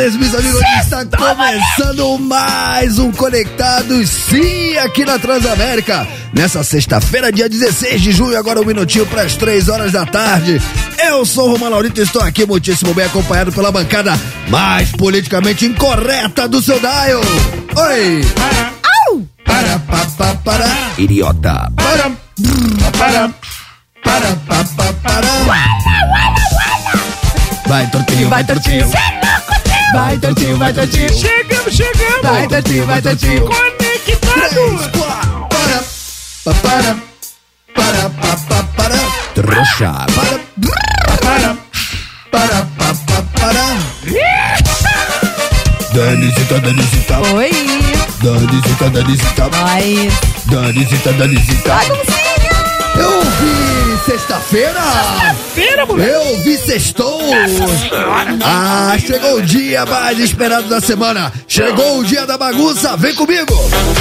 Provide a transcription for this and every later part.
amigas, meus amigos, está começando mais um Conectados, sim, aqui na Transamérica. Nessa sexta-feira, dia 16 de junho, agora 1 minutinho para as 3 horas da tarde. Eu sou o Romano Laurito e estou aqui muitíssimo bem acompanhado pela bancada mais politicamente incorreta do seu dial. Oi! Para, idiota. Para. Vai, tortinho, vai, tortinho. Vai, tortinho, vai, tortinho. Chegamos. Vai, tortinho, vai, tortinho. Conectado. Para. Trouxa. Para. Danisita. Oi. Danisita. Mas... Danisita. Baguncinha. Eu vi sexta-feira, moleque. eu vi sextou. Chegou o dia mais esperado da semana. Chegou o dia da bagunça, vem comigo.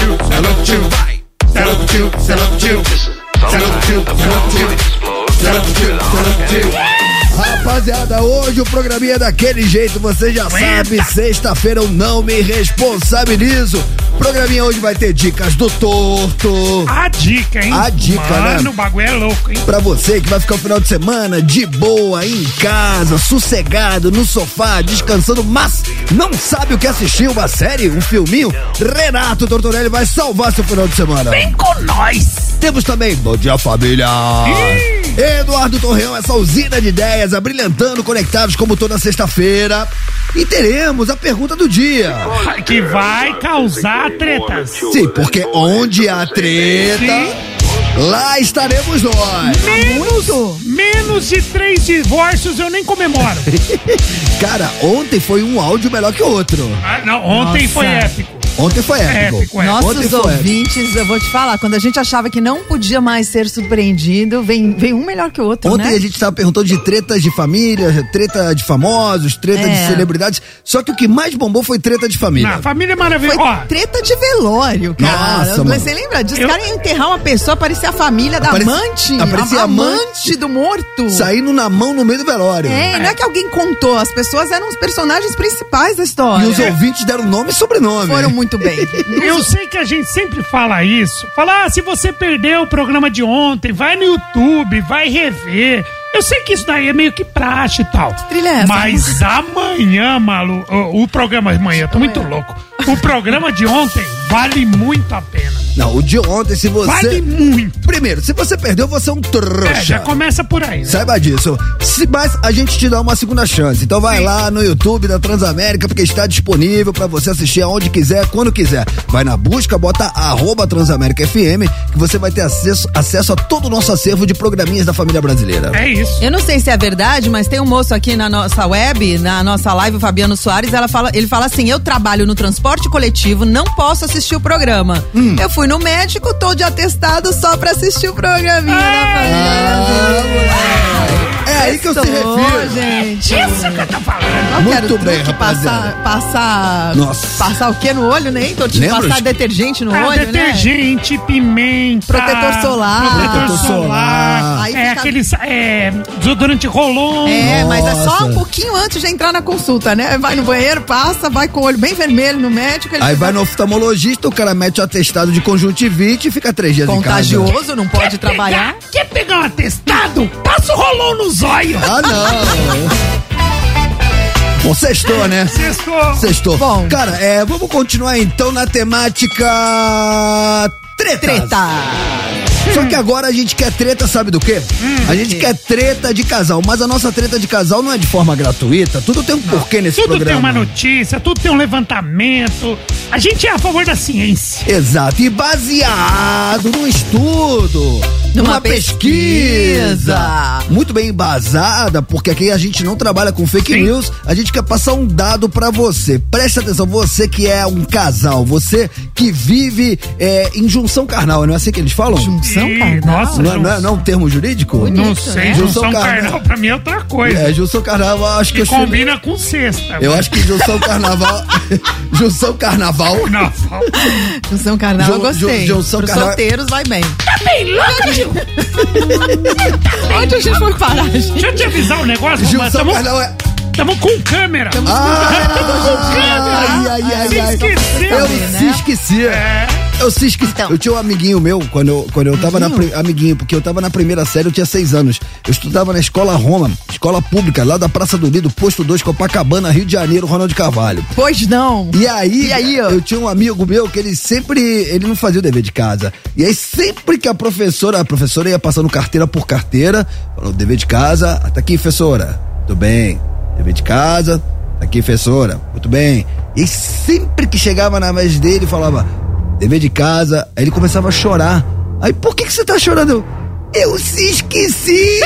Rapaziada, hoje o programinha é daquele jeito, você já sabe, sexta-feira eu não me responsabilizo. O programinha hoje vai ter dicas do torto. A dica, hein? A dica, Mano, né? o bagulho é louco, hein? Pra você que vai ficar o final de semana de boa, em casa, sossegado, no sofá, descansando, mas não sabe o que assistir, uma série, um filminho, Renato Tortorelli vai salvar seu final de semana. Vem com nós! Temos também Bom Dia Família. Eduardo Torreão, essa usina de ideias, abrilhantando Conectados como toda sexta-feira. E teremos a pergunta do dia. Que vai causar tretas. Sim, porque onde há treta, lá estaremos nós. Menos de 3 divórcios eu nem comemoro. Cara, ontem foi um áudio melhor que o outro. Não, ontem Nossa. foi épico. Ontem foi épico. Ontem Nossos foi ouvintes, eu vou te falar, quando a gente achava que não podia mais ser surpreendido, vem um melhor que o outro, Ontem né? a gente tava perguntando de tretas de família, treta de famosos, treta de celebridades. Só que o que mais bombou foi treta de família. A família é Foi maravilhosa. Ó, treta de velório, cara. Nossa, mano. Você lembra disso? Os caras iam enterrar uma pessoa, aparecia a família da amante. Aparecia a amante. amante do morto. Saindo na mão no meio do velório. Não é que alguém contou, as pessoas eram os personagens principais da história. E os ouvintes deram nome e sobrenome. Foram muito bem. eu sei que a gente sempre fala isso. Fala, se você perdeu o programa de ontem, vai no YouTube, vai rever. Eu sei que isso daí é meio que praxe e tal. Trilha essa. Mas amanhã, Malu, o programa amanhã, tô muito louco. O programa de ontem vale muito a pena. Não, o de ontem, se você... Vale muito. Primeiro, se você perdeu, você é um trouxa. Já começa por aí, né? Saiba disso. Mas a gente te dá uma segunda chance. Então vai lá no YouTube da Transamérica, porque está disponível pra você assistir aonde quiser, quando quiser. Vai na busca, bota @TransaméricaFM, que você vai ter acesso a todo o nosso acervo de programinhas da família brasileira. É isso. Eu não sei se é verdade, mas tem um moço aqui na nossa web, na nossa live, o Fabiano Soares, ele fala assim, eu trabalho no transporte coletivo, não posso assistir o programa. Eu fui no médico, tô de atestado só pra assistir o programinha da família. É aí que eu se refiro. Gente. Isso que eu tô falando. Muito bem, rapaziada. Passar o que no olho, né? Lembra? Passar detergente no olho, detergente, pimenta. Protetor solar. Protetor solar. Aí É fica- aqueles, desodorante rolon. né? Mas é só Nossa. um pouquinho antes de entrar na consulta, né? Vai no banheiro, passa, vai com o olho bem vermelho no médico. Ele Aí fica vai no oftalmologista, o cara mete o atestado de conjuntivite e fica 3 dias em casa. contagioso, não pode trabalhar. Quer pegar um atestado? Passa o rolon no zóio. Ah, não. Bom, sextou, né? Sextou. Bom. Cara, vamos continuar então na temática treta. Só que agora a gente quer treta, sabe do quê? A gente quer treta de casal, mas a nossa treta de casal não é de forma gratuita, tudo tem um porquê nesse Tudo programa. tem uma notícia, tudo tem um levantamento. A gente é a favor da ciência. Exato, e baseado num estudo, Numa pesquisa, muito bem embasada, porque aqui a gente não trabalha com fake Sim. news, a gente quer passar um dado pra você. Presta atenção, você que é um casal, você que vive em junção carnal, não é assim que eles falam? Junção Ih, carnal? nossa, Não é um termo jurídico? Bonito. Não sei, né? junção Junção carnal carnal. pra mim é outra coisa. Junção carnaval, eu acho que Que eu chego- combina com sexta. Eu acho que junção carnaval. Junção carnaval. Não, Junção carnal, eu gostei. Junção Pros carnal- solteiros, vai bem. tá bem louco, tio. Onde a gente foi parar, gente? Deixa eu te avisar um negócio. Junção Tamo- carnaval é. Estamos com câmera. Estamos Eu se esqueci. Então. Eu tinha um amiguinho meu, quando eu tava porque eu tava na primeira série, eu tinha 6 anos. Eu estudava na Escola Roma, escola pública, lá da Praça do Lido, Posto 2, Copacabana, Rio de Janeiro, Ronaldo Carvalho. Pois não. E aí, ó? eu tinha um amigo meu que ele não fazia o dever de casa. E aí sempre que a professora ia passando carteira por carteira, falou, dever de casa, tá aqui, professora. Tudo bem. Dever de casa, tá aqui, professora. Muito bem. E sempre que chegava na vez dele, falava, dever de casa, aí ele começava a chorar. Aí, por que você tá chorando? Eu se esqueci!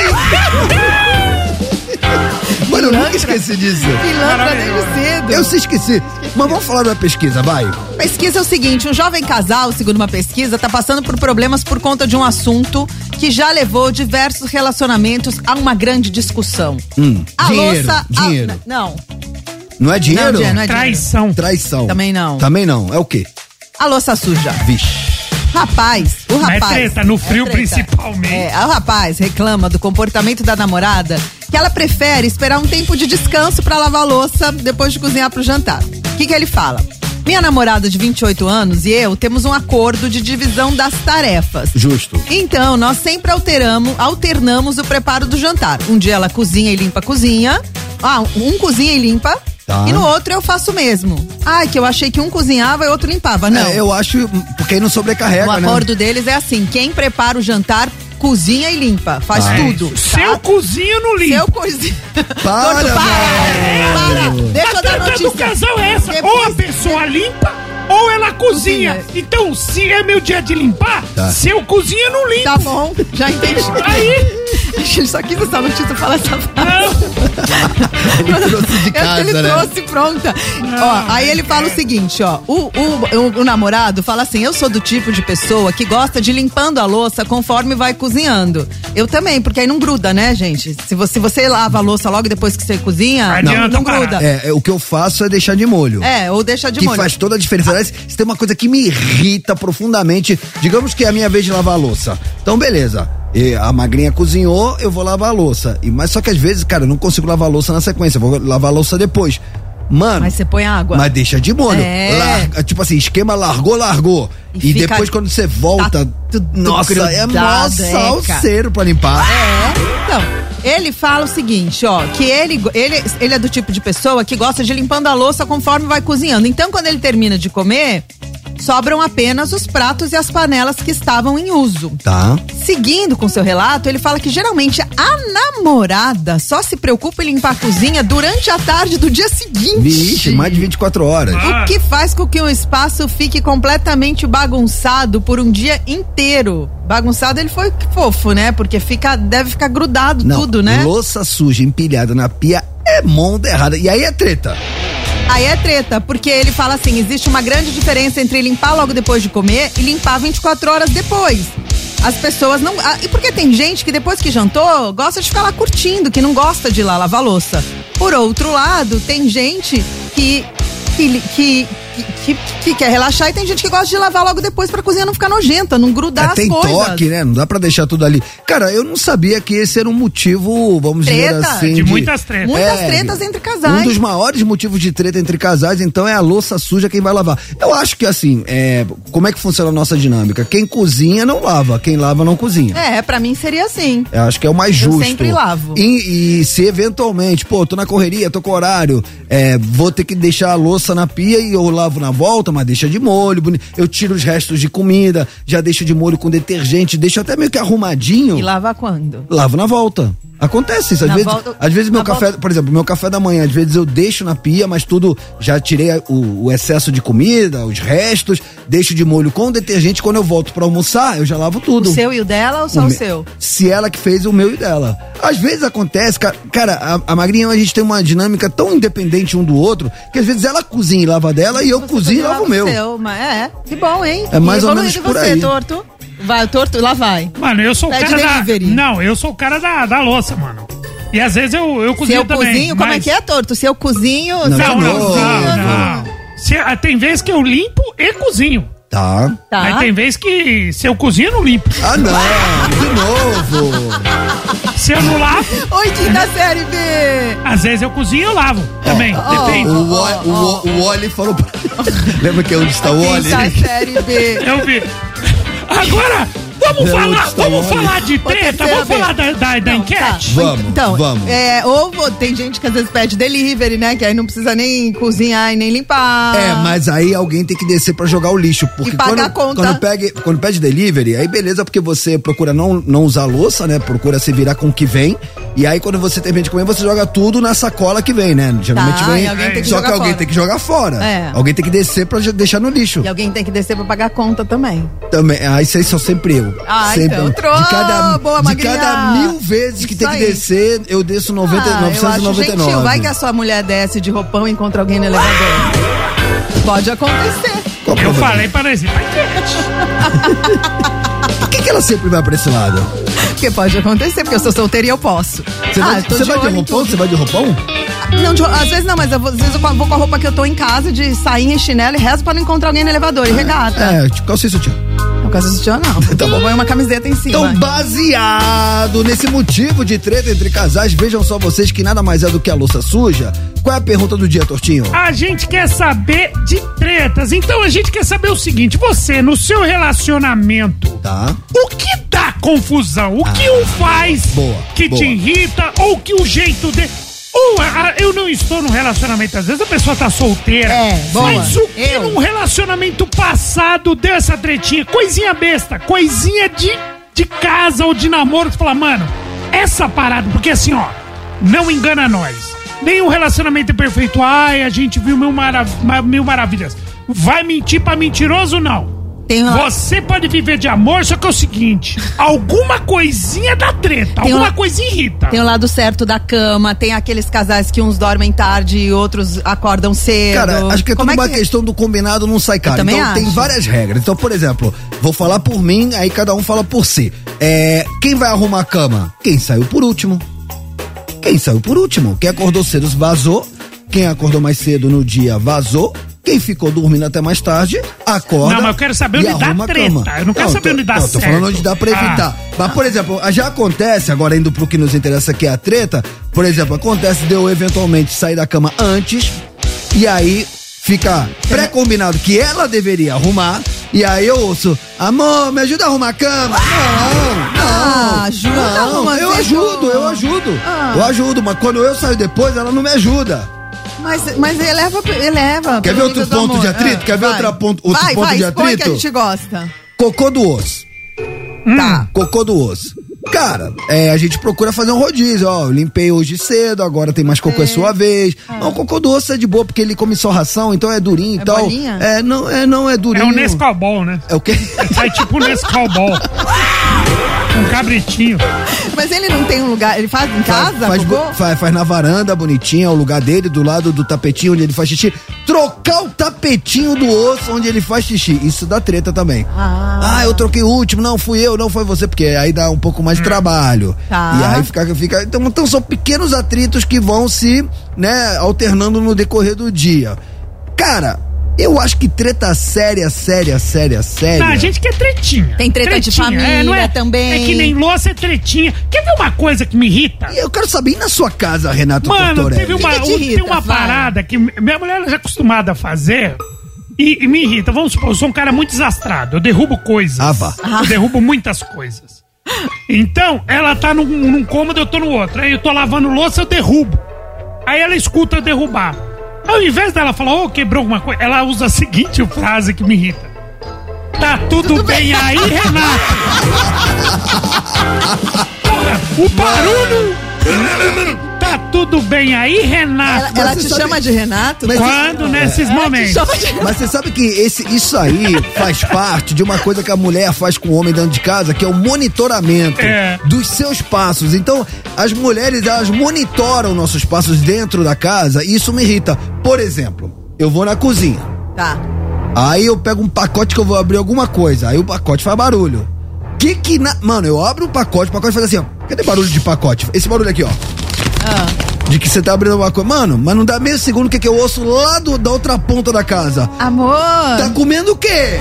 Mano, eu nunca esqueci disso. Pilantra desde cedo. Eu se esqueci. Mas vamos falar da pesquisa, vai. Pesquisa é o seguinte, um jovem casal, segundo uma pesquisa, tá passando por problemas por conta de um assunto que já levou diversos relacionamentos a uma grande discussão. Dinheiro. Não. Não é dinheiro? Não é dinheiro. Traição. Também não. É o quê? A louça suja. Vixe. O rapaz. É treta, no frio principalmente. O rapaz reclama do comportamento da namorada, que ela prefere esperar um tempo de descanso pra lavar a louça depois de cozinhar pro jantar. O que ele fala? Minha namorada de 28 anos e eu temos um acordo de divisão das tarefas. Justo. Então, nós sempre alternamos o preparo do jantar. Um dia ela cozinha e limpa a cozinha. Um cozinha e limpa. Tá. E no outro eu faço o mesmo. Que eu achei que um cozinhava e outro limpava. Não. Eu acho, porque aí não sobrecarrega, né? O acordo deles é assim, quem prepara o jantar, cozinha e limpa. Faz tudo. Tá? Se eu cozinho, não limpo. Se eu cozinho... Para! Deixa eu dar A notícia. do casal é essa. Depois... Ou a pessoa limpa, ou ela cozinha. Então, se é meu dia de limpar, se eu cozinho, eu não limpo. Tá bom, já entendi. Aí... Ele só quis essa notícia pra falar essa frase. Ele trouxe de casa, ele trouxe pronta. Aí ele fala o seguinte, o namorado fala assim, eu sou do tipo de pessoa que gosta de ir limpando a louça conforme vai cozinhando. Eu também, porque aí não gruda, né, gente? Se você lava a louça logo depois que você cozinha, não gruda. O que eu faço é deixar de molho. Ou deixar de molho. Que faz toda a diferença. Aliás, se tem uma coisa que me irrita profundamente, digamos que é a minha vez de lavar a louça. Então, beleza. A magrinha cozinhou, eu vou lavar a louça. Mas só que às vezes, cara, eu não consigo lavar a louça na sequência, eu vou lavar a louça depois. Mano. Mas você põe água. Mas deixa de molho. Tipo assim, esquema largou. E depois quando você volta, nossa, é mó salseiro pra limpar. Então, ele fala o seguinte, que ele é do tipo de pessoa que gosta de ir limpando a louça conforme vai cozinhando. Então, quando ele termina de comer, sobram apenas os pratos e as panelas que estavam em uso. Tá. Seguindo com seu relato, ele fala que geralmente a namorada só se preocupa em limpar a cozinha durante a tarde do dia seguinte. Vixe, mais de 24 horas. O que faz com que um espaço fique completamente bagunçado por um dia inteiro. Bagunçado ele foi fofo, né? Porque deve ficar grudado tudo, né? Louça suja empilhada na pia é monda errada. E aí é treta. Aí é treta, porque ele fala assim, existe uma grande diferença entre limpar logo depois de comer e limpar 24 horas depois. As pessoas não... E porque tem gente que depois que jantou, gosta de ficar lá curtindo, que não gosta de ir lá lavar louça. Por outro lado, tem gente que quer relaxar e tem gente que gosta de lavar logo depois pra cozinha não ficar nojenta, não grudar as coisas. Tem toque, né? Não dá pra deixar tudo ali. Cara, eu não sabia que esse era um motivo, vamos dizer assim... De muitas tretas. Muitas tretas entre casais. Um dos maiores motivos de treta entre casais, então, é a louça suja quem vai lavar. Eu acho que assim, como é que funciona a nossa dinâmica? Quem cozinha não lava, quem lava não cozinha. Pra mim seria assim. Eu acho que é o mais justo. Eu sempre lavo. E se eventualmente, tô na correria, tô com horário, vou ter que deixar a louça na pia e eu lavo na volta, mas deixa de molho, eu tiro os restos de comida, já deixo de molho com detergente, deixo até meio que arrumadinho. E lava quando? Lavo na volta. Acontece isso, às vezes meu café, por exemplo, meu café da manhã, às vezes eu deixo na pia, mas tudo, já tirei o excesso de comida, os restos, deixo de molho com detergente, quando eu volto pra almoçar, eu já lavo tudo. O seu e o dela ou só o seu? Se ela que fez, o meu e o dela. Às vezes acontece, cara, a magrinha, a gente tem uma dinâmica tão independente um do outro, que às vezes ela cozinha e lava dela e eu cozinho e lavo o meu. Que bom, hein? É mais ou menos por aí. Torto? Vai, Torto, lá vai. Mano, eu sou o cara delivery. Não, eu sou o cara da louça, mano. E às vezes eu cozinho também. Se eu cozinho, como é que é, Torto? Se eu cozinho... Não. Tem vezes que eu limpo e cozinho. Tá. Aí tem vez que se eu cozinho, eu não limpo. Ah, não, de novo. Se eu não lavo... Oi, quinta série B. Às vezes eu cozinho e eu lavo também, depende. O Oli falou pra... Lembra que é onde está o Oli? Quinta série B. Eu vi. Agora... Vamos falar de treta, vamos falar da enquete? Vamos. Tem gente que às vezes pede delivery, né? Que aí não precisa nem cozinhar e nem limpar. Mas aí alguém tem que descer pra jogar o lixo. Porque e pagar a conta. Quando pede delivery, aí beleza, porque você procura não usar louça, né? Procura se virar com o que vem. E aí quando você termina de comer, você joga tudo na sacola que vem, né? Geralmente vem. Só que alguém tem que jogar fora. Alguém tem que descer pra deixar no lixo. E alguém tem que descer pra pagar a conta também. Aí isso aí sou sempre eu. Sempre. Então, de cada 1000 vezes que tem que descer, eu desço 999. Gentil, vai que a sua mulher desce de roupão e encontra alguém no elevador. Pode acontecer. Eu falei para esse Por que ela sempre vai pra esse lado? Porque pode acontecer, porque eu sou solteira e eu posso. Você vai de roupão? Você vai de roupão? Não, às vezes não, mas às vezes eu vou com a roupa que eu tô em casa, de sainha e chinelo, e rezo pra não encontrar alguém no elevador, e regata. Tipo, calça e sutiã. Não, calça e sutiã não. Tá bom. Põe uma camiseta em cima. Então, baseado nesse motivo de treta entre casais, vejam só vocês que nada mais é do que a louça suja. Qual é a pergunta do dia, Tortinho? A gente quer saber de tretas, então a gente quer saber o seguinte, você, no seu relacionamento, tá? O que dá confusão? O que um faz te irrita, ou que o jeito dele... eu não estou num relacionamento, às vezes a pessoa tá solteira. Mas o que num relacionamento passado deu essa tretinha? Coisinha besta, coisinha de casa ou de namoro. Você fala, mano, essa parada, porque assim, ó, não engana nós. Nenhum relacionamento é perfeito. A gente viu mil maravilhas. Vai mentir pra mentiroso, não. Você pode viver de amor, só que é o seguinte, alguma coisinha dá treta, alguma coisinha irrita. Tem o lado certo da cama, tem aqueles casais que uns dormem tarde e outros acordam cedo. Cara, acho que é tudo uma questão do combinado não sai caro. Então tem várias regras. Então, por exemplo, vou falar por mim, aí cada um fala por si. Quem vai arrumar a cama? Quem saiu por último. Quem acordou cedo vazou. Quem acordou mais cedo no dia vazou. Quem ficou dormindo até mais tarde, acorda. Não, mas eu quero saber onde dá treta. Eu não quero saber onde dá certo. Tô falando onde dá pra evitar. Mas, por exemplo, já acontece, agora indo pro que nos interessa, que é a treta, por exemplo, acontece de eu eventualmente sair da cama antes, e aí fica pré-combinado que ela deveria arrumar, e aí eu ouço, amor, me ajuda a arrumar a cama. Não, eu ajudo, mas quando eu saio depois, ela não me ajuda. Mas eleva. Quer ver outro ponto de atrito? Quer ver outro ponto de atrito? Que a gente gosta. Cocô do osso. Tá. Cocô do osso. Cara, a gente procura fazer um rodízio, ó. Eu limpei hoje cedo, agora tem mais cocô, é sua vez. Não, o cocô do osso é de boa, porque ele come só ração, então é durinho e tal. Bolinha? Não é durinho. É um Nescau Ball, né? É o quê? Sai tipo um Nescau Ball. Um cabritinho. Mas ele não tem um lugar, ele faz em casa? Faz na varanda, bonitinho, é o lugar dele, do lado do tapetinho onde ele faz xixi. Trocar o tapetinho do osso onde ele faz xixi, isso dá treta também. Eu troquei o último, não fui eu, não foi você, porque aí dá um pouco mais de trabalho. Tá. E aí fica então são pequenos atritos que vão se, né, alternando no decorrer do dia. Cara, eu acho que treta séria. Não, a gente quer tretinha. Tem treta de família também. É que nem louça, é tretinha. Quer ver uma coisa que me irrita? Eu quero saber, e na sua casa, Renato Tortorelli? Teve uma parada que minha mulher já é acostumada a fazer e me irrita. Vamos supor, eu sou um cara muito desastrado. Eu derrubo coisas. Eu derrubo muitas coisas. Então, ela tá num cômodo, eu tô no outro. Aí eu tô lavando louça, eu derrubo. Aí ela escuta eu derrubar. Ao invés dela falar, quebrou alguma coisa, ela usa a seguinte frase que me irrita. Tá tudo bem aí, Renato? Porra, o barulho... Tá tudo bem aí, Renato? Ela te chama de Renato? Quando? Nesses momentos. Mas você sabe que isso aí faz parte de uma coisa que a mulher faz com o homem dentro de casa, que é o monitoramento dos seus passos. Então, as mulheres, elas monitoram nossos passos dentro da casa e isso me irrita. Por exemplo, eu vou na cozinha. Tá. Aí eu pego um pacote que eu vou abrir alguma coisa. Aí o pacote faz barulho. Mano, eu abro o pacote faz assim, ó. Cadê barulho de pacote? Esse barulho aqui, ó. De que você tá abrindo uma coisa. Mano, mas não dá meio segundo que eu ouço lá da outra ponta da casa. Amor. Tá comendo o quê?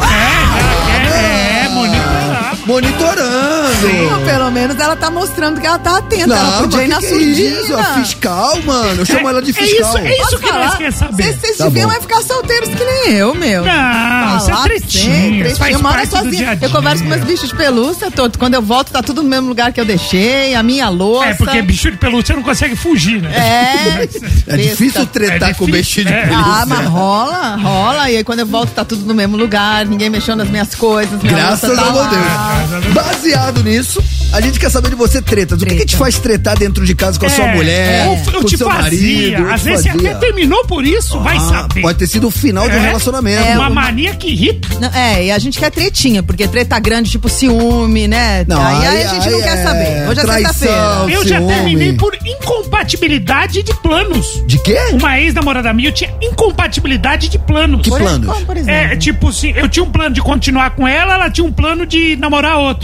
Monitorando. Sim, pelo menos ela tá mostrando que ela tá atenta. Não, ela podia ir na surdina. Isso? A fiscal, mano. Eu chamo ela de fiscal. É isso que nós queremos saber. Vocês deviam ficar solteiros que nem eu, meu. Não, você é tretinha. Eu moro sozinha. Eu converso com meus bichos de pelúcia todo. Quando eu volto, tá tudo no mesmo lugar que eu deixei. A minha louça. É, porque bicho de pelúcia não consegue fugir, né? É difícil tretar com bichinho de pelúcia. Ah, mas rola. E aí quando eu volto, tá tudo no mesmo lugar. Ninguém mexeu nas minhas coisas. Graças a Deus. Baseado nisso, a gente quer saber de você, tretas. O que te faz tretar dentro de casa com a sua mulher? Eu te fazia. Às vezes você até terminou por isso, vai saber. Pode ter sido o final de um relacionamento. É uma mania que irrita. E a gente quer tretinha, porque treta grande, tipo ciúme, né? Não, aí a gente não quer saber. Hoje é sexta-feira. Eu já terminei por incompatibilidade de planos. De quê? Uma ex-namorada minha, eu tinha incompatibilidade de planos. Que planos? Como, por exemplo? Tipo assim, eu tinha um plano de continuar com ela tinha um plano de namorar outro.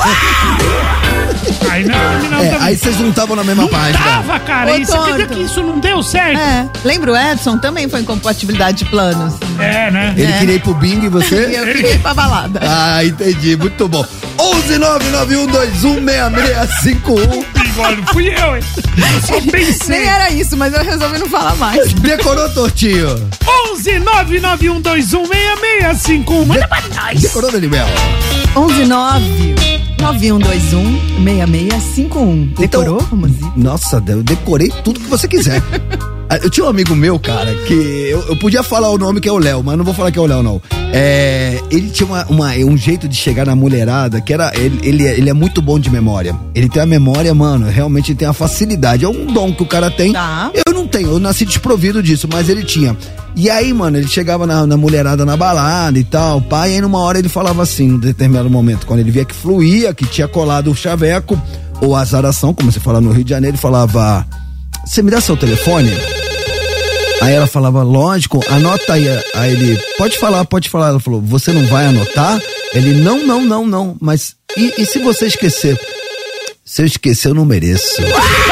Aí não terminamos também. Aí vocês não estavam na mesma página. Tava, cara. E você acredita que isso não deu certo? Lembra o Edson? Também foi incompatibilidade de planos. Né? Ele queria ir pro bingo e você? Eu queria ir pra balada. Ah, entendi. Muito bom. 11991216651. Olha, não fui eu, hein? Eu só pensei. Nem era isso, mas eu resolvi não falar mais. Decorou, Tortinho? 11991216651. Manda pra nós. Decorou, Daniel? 11991216651. Decorou, Romuzinho? Nossa, eu decorei tudo que você quiser. Eu tinha um amigo meu, cara, que eu podia falar o nome que é o Léo, mas não vou falar que é o Léo, não. Ele tinha um jeito de chegar na mulherada que era. Ele é muito bom de memória. Ele tem a memória, mano, realmente tem a facilidade. É um dom que o cara tem. Tá. Eu não tenho, eu nasci desprovido disso, mas ele tinha. E aí, mano, ele chegava na mulherada na balada e tal, pai, e aí numa hora ele falava assim, num determinado momento, quando ele via que fluía, que tinha colado o chaveco, ou a azaração, como você fala no Rio de Janeiro, ele falava: você me dá seu telefone? Aí ela falava: lógico, anota aí. Aí ele: pode falar. Ela falou: você não vai anotar? Ele: não, mas e se você esquecer? Se eu esquecer, eu não mereço.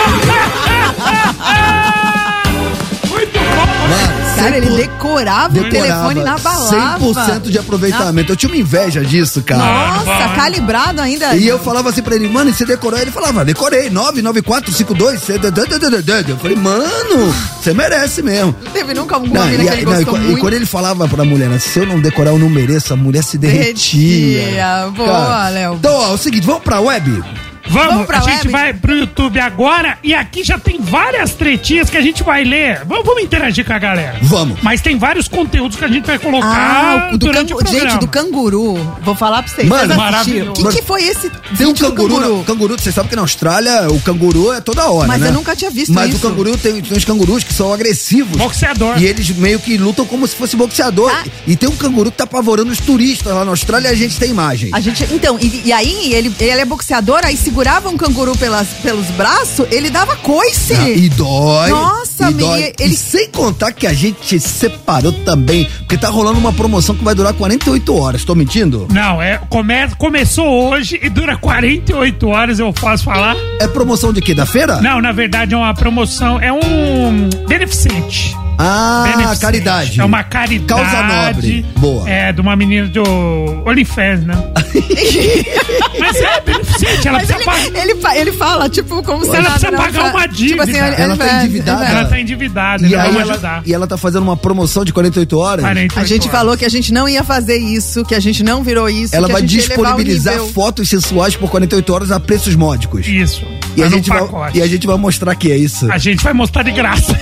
Cara, ele decorava o telefone na balada. 100% de aproveitamento. Eu tinha uma inveja disso, cara. Nossa, calibrado ainda. E eu falava assim pra ele: mano, e você decorou? Ele falava: decorei, 99452. Eu falei: mano, você merece mesmo. Não teve nunca alguma mina que ele gostou muito. E quando ele falava pra mulher: se eu não decorar, eu não mereço, a mulher se derretia. Boa, Léo. Então, ó, é o seguinte, vamos pra web? Vamos a gente vai pro YouTube agora e aqui já tem várias tretinhas que a gente vai ler. Vamos interagir com a galera. Vamos. Mas tem vários conteúdos que a gente vai colocar durante o programa. Gente, do canguru, vou falar pra vocês. Mano, maravilhoso. O que foi esse tem um canguru? Canguru, você sabe que na Austrália o canguru é toda hora, mas né? Eu nunca tinha visto mas isso. Mas o canguru tem os cangurus que são agressivos. Boxeador. E eles meio que lutam como se fosse boxeador. E tem um canguru que tá apavorando os turistas lá na Austrália e a gente tem imagem. Então, e aí ele é boxeador, aí segurava um canguru pelos braços, ele dava coice. E dói. Nossa, E sem contar que a gente separou também, porque tá rolando uma promoção que vai durar 48 horas. Tô mentindo? Não, começou hoje e dura 48 horas, eu posso falar. É promoção de quê? Da feira? Não, na verdade é uma promoção, é um beneficente. Beneficente. Caridade. É uma caridade. Causa nobre. Boa. É, de uma menina do OnlyFans, né? Mas é beneficente, ela precisa pagar. Ele fala, tipo, como se ela precisa pagar uma dívida. Tipo assim, ela tá endividada? Ela tá endividada. E ela tá fazendo uma promoção de 48 horas? 48 a gente falou que a gente não ia fazer isso, que a gente não virou isso. Ela vai disponibilizar fotos sensuais por 48 horas a preços módicos. Isso. E a gente vai mostrar que é isso. A gente vai mostrar de graça.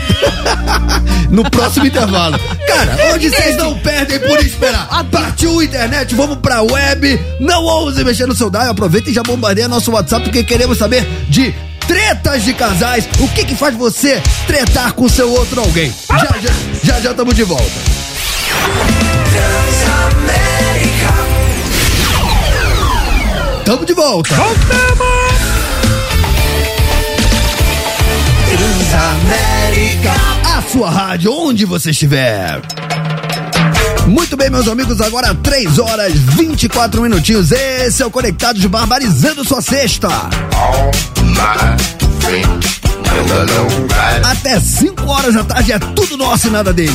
No próximo intervalo. Cara, hoje vocês não perdem por esperar. Partiu a internet, vamos pra web. Não ouse mexer no seu dial. Aproveita e já bombardeia nosso WhatsApp, porque queremos saber de tretas de casais. O que faz você tretar com seu outro alguém? Já estamos de volta. Tamo de volta. Voltamos! Transamérica, a sua rádio, onde você estiver. Muito bem, meus amigos, agora 3 horas 24 minutinhos. Esse é o Conectados Barbarizando Sua Sexta. All my friends Até 5 horas da tarde é tudo nosso e nada deles.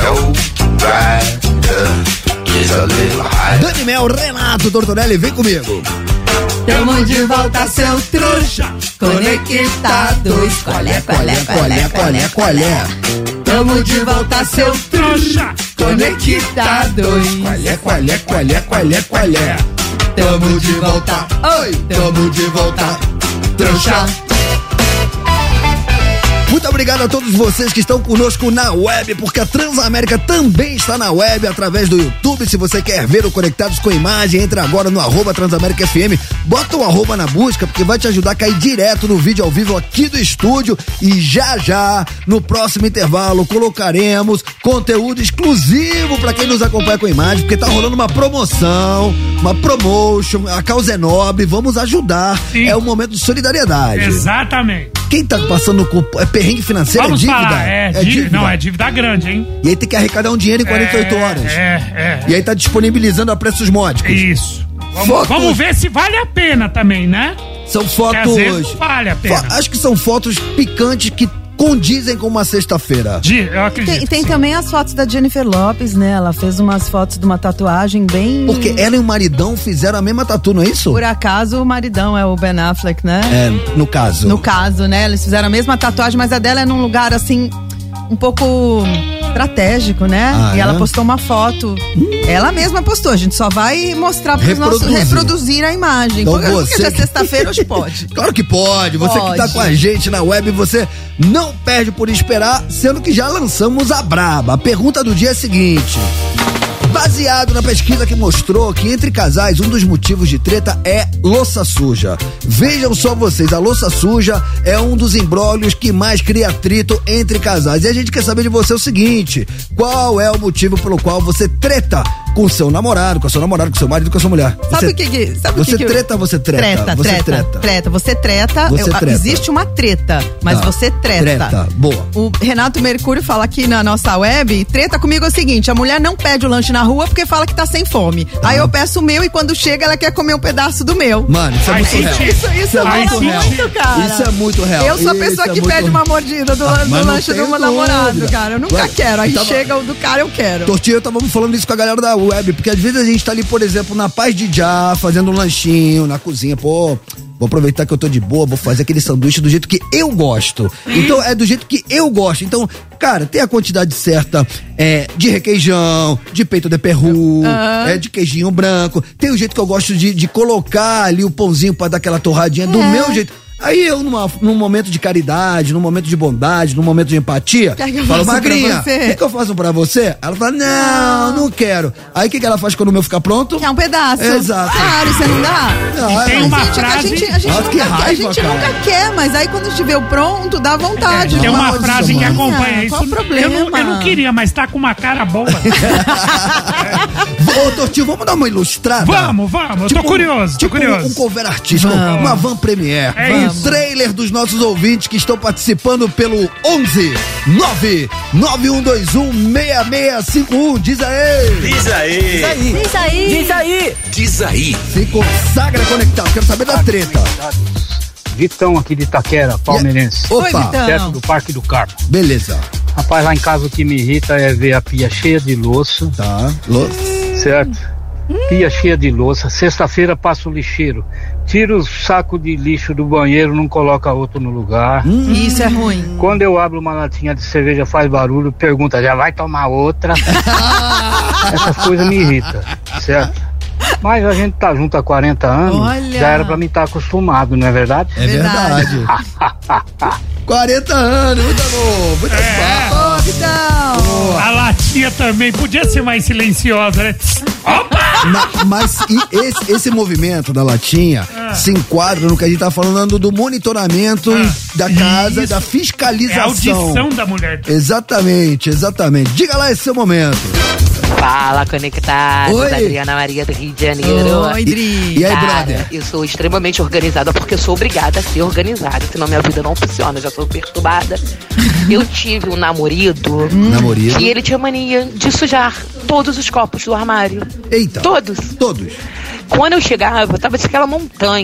Dani Mel, Renato Tortorelli, vem comigo. Tamo de volta, seu trouxa, conectados. Qual é? Tamo de volta, seu trouxa, conectados. Qual é? Tamo de volta, oi, Tamo de volta, trouxa. Muito obrigado a todos vocês que estão conosco na web, porque a Transamérica também está na web através do YouTube. Se você quer ver o Conectados com Imagem, entre agora no @TransaméricaFM, bota o @ na busca, porque vai te ajudar a cair direto no vídeo ao vivo aqui do estúdio. E já, no próximo intervalo, colocaremos conteúdo exclusivo para quem nos acompanha com imagem, porque tá rolando uma promoção, uma promotion, a causa é nobre, vamos ajudar. Sim. É um momento de solidariedade. Exatamente. Quem tá passando com perrengue financeiro? Vamos dívida? Falar, dívida. Não, é dívida grande, hein? E aí tem que arrecadar um dinheiro em 48 horas. E aí tá disponibilizando a preços módicos. Isso. Vamos ver se vale a pena também, né? São fotos... Às vezes não vale a pena. Acho que são fotos picantes que condizem com uma sexta-feira. Eu acredito. Tem também as fotos da Jennifer Lopez, né? Ela fez umas fotos de uma tatuagem bem... Porque ela e o maridão fizeram a mesma tatu, não é isso? Por acaso o maridão é o Ben Affleck, né? No caso. No caso, né? Eles fizeram a mesma tatuagem, mas a dela é num lugar assim, um pouco estratégico, né? E ela postou uma foto. Ela mesma postou, a gente só vai mostrar para os nossos reproduzir a imagem. Então porque já é sexta-feira, hoje pode. Claro que pode. Você que tá com a gente na web, você não perde por esperar, sendo que já lançamos a braba. A pergunta do dia é a seguinte: baseado na pesquisa que mostrou que entre casais um dos motivos de treta é louça suja. Vejam só vocês, a louça suja é um dos imbróglios que mais cria atrito entre casais. E a gente quer saber de você o seguinte: qual é o motivo pelo qual você treta com seu namorado, com a sua namorada, com seu marido, com a sua mulher? Sabe o que você treta, você treta. Você treta. Existe uma treta, mas você treta. Treta, boa. O Renato Mercúrio fala aqui na nossa web, treta comigo é o seguinte: a mulher não pede o lanche na rua porque fala que tá sem fome. Aí eu peço o meu e quando chega ela quer comer um pedaço do meu. Mano, isso é muito real. Isso é muito, cara. Isso é muito real. Eu sou a pessoa que pede uma mordida do lanche do meu namorado, cara. Eu nunca quero. Aí chega o do cara, eu quero. Tortinho, távamos falando isso com a galera da web, porque às vezes a gente tá ali, por exemplo, na paz de já, fazendo um lanchinho na cozinha, vou aproveitar que eu tô de boa, vou fazer aquele sanduíche do jeito que eu gosto. Então, é do jeito que eu gosto. Então, cara, tem a quantidade certa de requeijão, de peito de peru, de queijinho branco. Tem o jeito que eu gosto de colocar ali o pãozinho pra dar aquela torradinha do meu jeito. Aí eu, num momento de caridade, num momento de bondade, num momento de empatia, falo: magrinha, o que eu faço pra você? Ela fala: não quero. Aí o que ela faz quando o meu ficar pronto? Quer um pedaço. Exato. Claro, você não dá? Não, tem uma frase... A gente nunca quer, mas aí quando estiver pronto, dá vontade. Tem uma frase que acompanha isso. Qual o problema? Eu não queria, mas tá com uma cara boa. Ô, Tortinho, vamos dar uma ilustrada? Vamos, eu tô curioso. Um cover artístico, uma van premiere. Isso. Trailer dos nossos ouvintes que estão participando pelo 11 99121 6651. Diz aí. Se consagra conectado. Quero saber da treta. Vitão aqui de Itaquera, palmeirense. Opa, perto do Parque do Carmo. Beleza. Rapaz, lá em casa o que me irrita é ver a pia cheia de louça. Tá, louça. Certo? Pia cheia de louça. Sexta-feira passa o lixeiro. Tira o saco de lixo do banheiro, não coloca outro no lugar. Isso é ruim. Quando eu abro uma latinha de cerveja, faz barulho, pergunta: já vai tomar outra? Essas coisas me irritam, certo? Mas a gente tá junto há 40 anos. Olha. Já era pra mim estar acostumado, não é verdade? É verdade. 40 anos, muito bom. Muito bom. Vitão. A latinha também podia ser mais silenciosa, né? Opa! Mas esse movimento da latinha se enquadra no que a gente tá falando do monitoramento da casa, da fiscalização. É a audição da mulher. Exatamente. Diga lá esse seu momento. Fala, conectados. Oi. Adriana Maria do Rio de Janeiro. Oi, Dri. E aí, Cara, brother? eu sou extremamente organizada porque eu sou obrigada a ser organizada, senão minha vida não funciona, eu já sou perturbada. Eu tive um namorado que ele tinha mania de sujar todos os copos do armário. Eita. Todos. Todos. Quando eu chegava, tava aquela montanha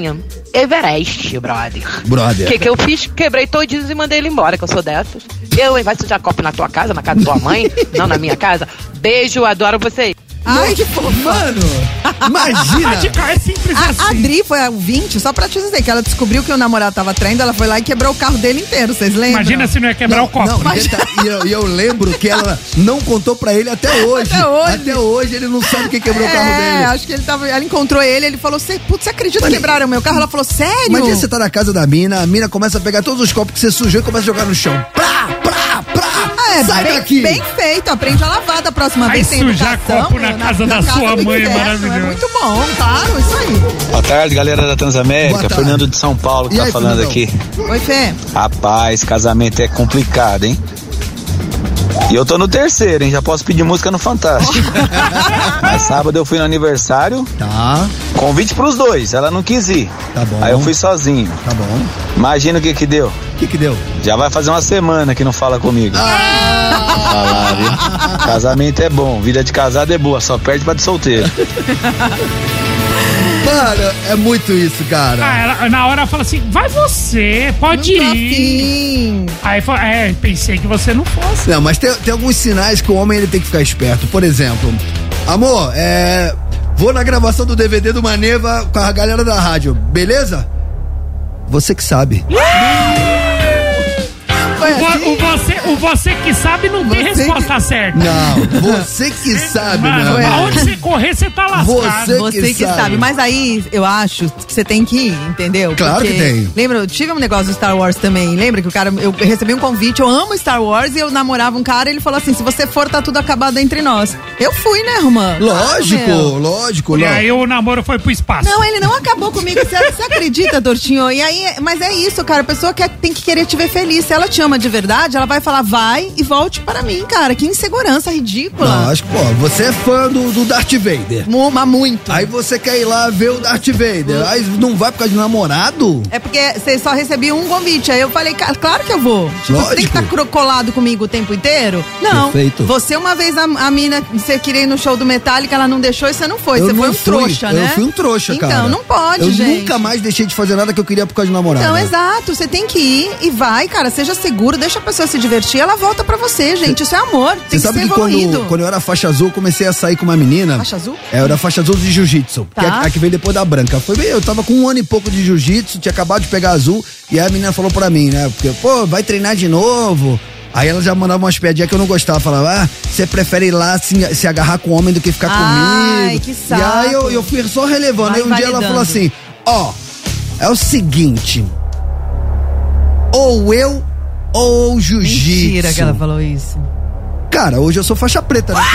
Everest, brother. O que eu fiz? Quebrei todinhos e mandei ele embora, que eu sou dessas. Vai sujar copo na tua casa, na casa da tua mãe, não na minha casa. Beijo, adoro vocês. Ai, que fofa. Mano, imagina. É simples assim. A Adri foi a 20, só pra te dizer que ela descobriu que o namorado tava traindo, ela foi lá e quebrou o carro dele inteiro, vocês lembram? Imagina se não ia quebrar o copo. Não, e eu lembro que ela não contou pra ele até hoje. Até hoje ele não sabe quem quebrou o carro dele. Acho que ela encontrou ele falou, putz, você acredita que quebraram o meu carro? Ela falou, sério? Imagina você tá na casa da mina, a mina começa a pegar todos os copos que você sujou e começa a jogar no chão. Sai daqui. Bem feito, aprende a lavar da próxima vez. Sem sujar copo na casa da sua mãe, é maravilhoso. É muito bom, claro, isso aí. Boa tarde, galera da Transamérica. Fernando de São Paulo que tá falando aqui. Oi, Fê. Rapaz, casamento é complicado, hein? E eu tô no terceiro, hein? Já posso pedir música no Fantástico. Mas sábado eu fui no aniversário. Tá. Convite pros dois, ela não quis ir. Tá bom. Aí eu fui sozinho. Tá bom. Imagina o que deu. O que deu? Já vai fazer uma semana que não fala comigo. Falar, viu? Casamento é bom, vida de casado é boa, só perde pra de solteiro. Mano, é muito isso, cara. Ela, na hora ela fala assim, vai você, pode ir. Aí pensei que você não fosse. Não, mas tem alguns sinais que o homem ele tem que ficar esperto. Por exemplo, amor, vou na gravação do DVD do Maneva com a galera da rádio, beleza? Você que sabe. O você que sabe não tem resposta certa. Não, você que sabe, mano. Aonde você correr, você tá lascado. Você que sabe. Mas aí, eu acho que você tem que ir, entendeu? Claro que tem. Lembra, eu tive um negócio do Star Wars também. Lembra que o cara, eu recebi um convite, eu amo Star Wars, e eu namorava um cara, e ele falou assim, se você for, tá tudo acabado entre nós. Eu fui, né, irmã? Lógico. E aí o namoro foi pro espaço. Não, ele não acabou comigo, você acredita, Tortinho? E aí, mas é isso, cara, a pessoa tem que querer te ver feliz. Se ela te ama de verdade, ela vai falar, vai e volte para mim, cara. Que insegurança ridícula. Não, acho que, você é fã do Darth Vader. Muito. Aí você quer ir lá ver o Darth Vader. Aí não vai por causa de namorado? É porque você só recebeu um convite. Aí eu falei, claro que eu vou. Você tem que estar colado comigo o tempo inteiro? Não. Perfeito. Você uma vez, a mina, você queria ir no show do Metallica, ela não deixou e você não foi. Você foi um trouxa, né? Eu fui um trouxa, cara. Então, não pode, gente. Eu nunca mais deixei de fazer nada que eu queria por causa de namorado. Então, exato. Você tem que ir e vai, cara. Seja seguro, deixa a pessoa se divertir, ela volta pra você, gente. Isso é amor. Tem que ser evoluído. Quando eu era faixa azul, eu comecei a sair com uma menina. Faixa azul? Eu era faixa azul de jiu-jitsu. Tá. Que é a que vem depois da branca. Eu tava com 1 ano e pouco de jiu-jitsu, tinha acabado de pegar azul. E aí a menina falou pra mim, né? Porque, vai treinar de novo. Aí ela já mandava umas piadinhas que eu não gostava. Falava, você prefere ir lá se agarrar com o homem do que ficar comigo. Ai, que saco. E aí eu fui só relevando. Aí um dia ela falou assim, é o seguinte, ou eu ou o jiu-jitsu. Mentira que ela falou isso. Cara, hoje eu sou faixa preta, né?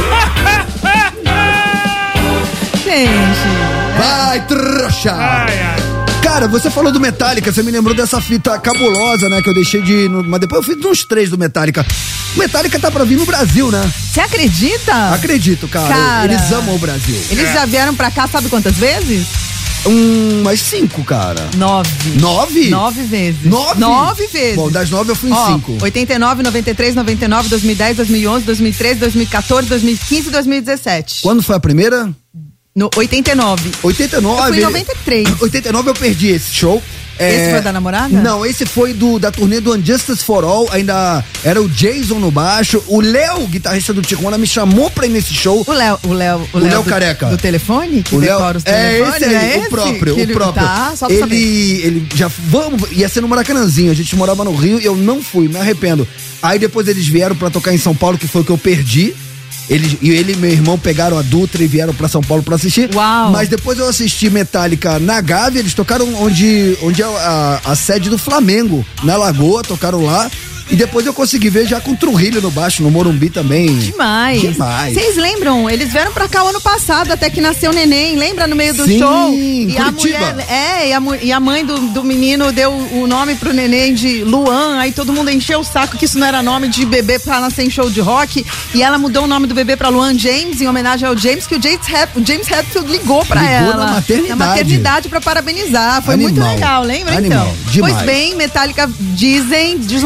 Gente. Vai, trouxa! Cara, você falou do Metallica, você me lembrou dessa fita cabulosa, né? Que eu deixei de ir, mas depois eu fiz uns 3 do Metallica. O Metallica tá pra vir no Brasil, né? Você acredita? Acredito, cara. Eles amam o Brasil. Eles já vieram pra cá, sabe quantas vezes? Mais 5, cara. 9. 9? 9 vezes. 9? 9 vezes. Bom, das 9 eu fui em 5. 89, 93, 99, 2010, 2011, 2013, 2014, 2015 e 2017. Quando foi a primeira? No 89. 89? Eu fui em 93. 89 eu perdi esse show. Esse foi da namorada? Não, esse foi da turnê do Unjustice for All. Ainda era o Jason no baixo. O Léo, guitarrista do Tijuana, me chamou pra ir nesse show. O Léo Careca. Do telefone? Que decora os telefones? Esse aí, o próprio. Tá, só pra saber. Ele já, ia ser no Maracanãzinho. A gente morava no Rio e eu não fui, me arrependo. Aí depois eles vieram pra tocar em São Paulo, que foi o que eu perdi. Ele e meu irmão pegaram a Dutra e vieram pra São Paulo pra assistir. Uau. Mas depois eu assisti Metallica na Gávea, eles tocaram onde é a sede do Flamengo, na Lagoa, tocaram lá. E depois eu consegui ver já com Trujillo no baixo, no Morumbi também. Demais. Vocês lembram? Eles vieram pra cá o ano passado, até que nasceu o neném, lembra? No meio do show? E Curitiba. a mulher, e a mãe do menino deu o nome pro neném de Luan, aí todo mundo encheu o saco que isso não era nome de bebê pra nascer em show de rock, e ela mudou o nome do bebê pra Luan James, em homenagem ao James, que o James Hetfield ligou pra ela. Na maternidade pra parabenizar. Foi Animal. muito legal, lembra? Animal. Então? Demais. Pois bem, Metallica diz um jornalista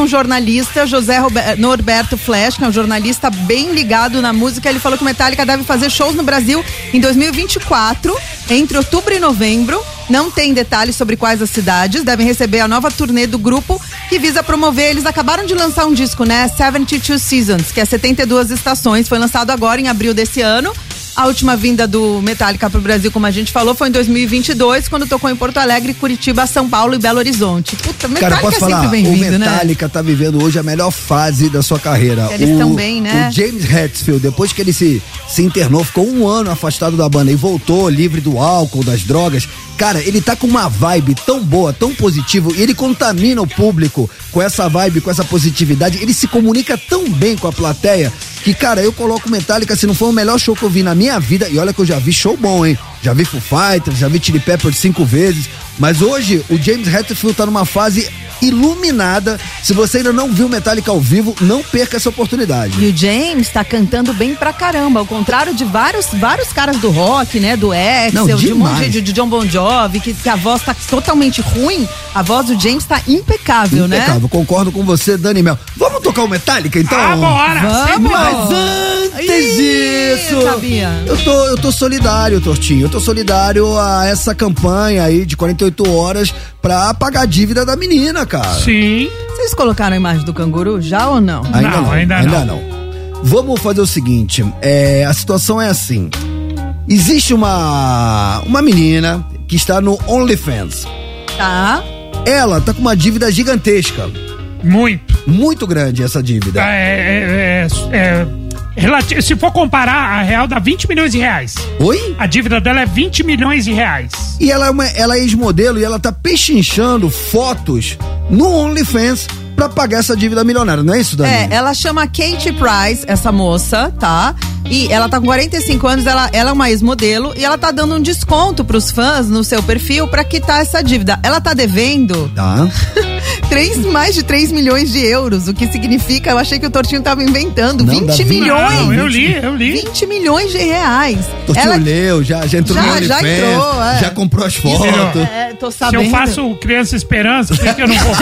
jornalista José Norberto Flash, que é um jornalista bem ligado na música. Ele falou que o Metallica deve fazer shows no Brasil em 2024, entre outubro e novembro. Não tem detalhes sobre quais as cidades. Devem receber a nova turnê do grupo, que visa promover. Eles acabaram de lançar um disco, né? 72 Seasons, que é 72 estações. Foi lançado agora em abril desse ano. A última vinda do Metallica pro Brasil, como a gente falou, foi em 2022, quando tocou em Porto Alegre, Curitiba, São Paulo e Belo Horizonte. Puta, Metallica. Cara, posso falar, o Metallica, né, tá vivendo hoje a melhor fase da sua carreira. Eles estão bem, né? O James Hetfield, depois que ele se internou, ficou 1 ano afastado da banda e voltou livre do álcool, das drogas. Cara, ele tá com uma vibe tão boa, tão positiva, e ele contamina o público com essa vibe, com essa positividade. Ele se comunica tão bem com a plateia que, cara, eu coloco o Metallica, se não for o melhor show que eu vi na minha vida, e olha que eu já vi show bom, hein? Já vi Foo Fighters, já vi Chili Peppers 5 vezes, mas hoje o James Hetfield tá numa fase iluminada. Se você ainda não viu Metallica ao vivo, não perca essa oportunidade. E o James tá cantando bem pra caramba, ao contrário de vários caras do rock, né? Do Axl, de um monte de John Bon Jovi, que a voz tá totalmente ruim. A voz do James tá impecável, né? Impecável, concordo com você, Dani Mel. Vamos tocar o Metallica, então? Bora! Vamos! Mas antes disso, eu tô solidário, Tortinho. Eu tô solidário a essa campanha aí de 48 horas pra pagar a dívida da menina, cara. Sim. Vocês colocaram a imagem do canguru já ou não? Ainda não. Vamos fazer o seguinte, a situação é assim. Existe uma menina que está no OnlyFans. Tá. Ela tá com uma dívida gigantesca. Muito grande essa dívida. Se for comparar, a real dá 20 milhões de reais. Oi? A dívida dela é 20 milhões de reais. E ela é ex-modelo e ela tá pechinchando fotos no OnlyFans pra pagar essa dívida milionária, não é isso, Dani? Ela chama Katie Price, essa moça, tá? E ela tá com 45 anos, ela é uma ex-modelo e ela tá dando um desconto pros fãs no seu perfil pra quitar essa dívida. Ela tá devendo mais de 3 milhões de euros, o que significa, eu achei que o Tortinho tava inventando, não, 20 milhões. Não, eu li. 20 milhões de reais. Tortinho leu, já entrou no OnlyFans, já entrou, já comprou as fotos. Tô sabendo. Se eu faço Criança Esperança, por que eu não vou?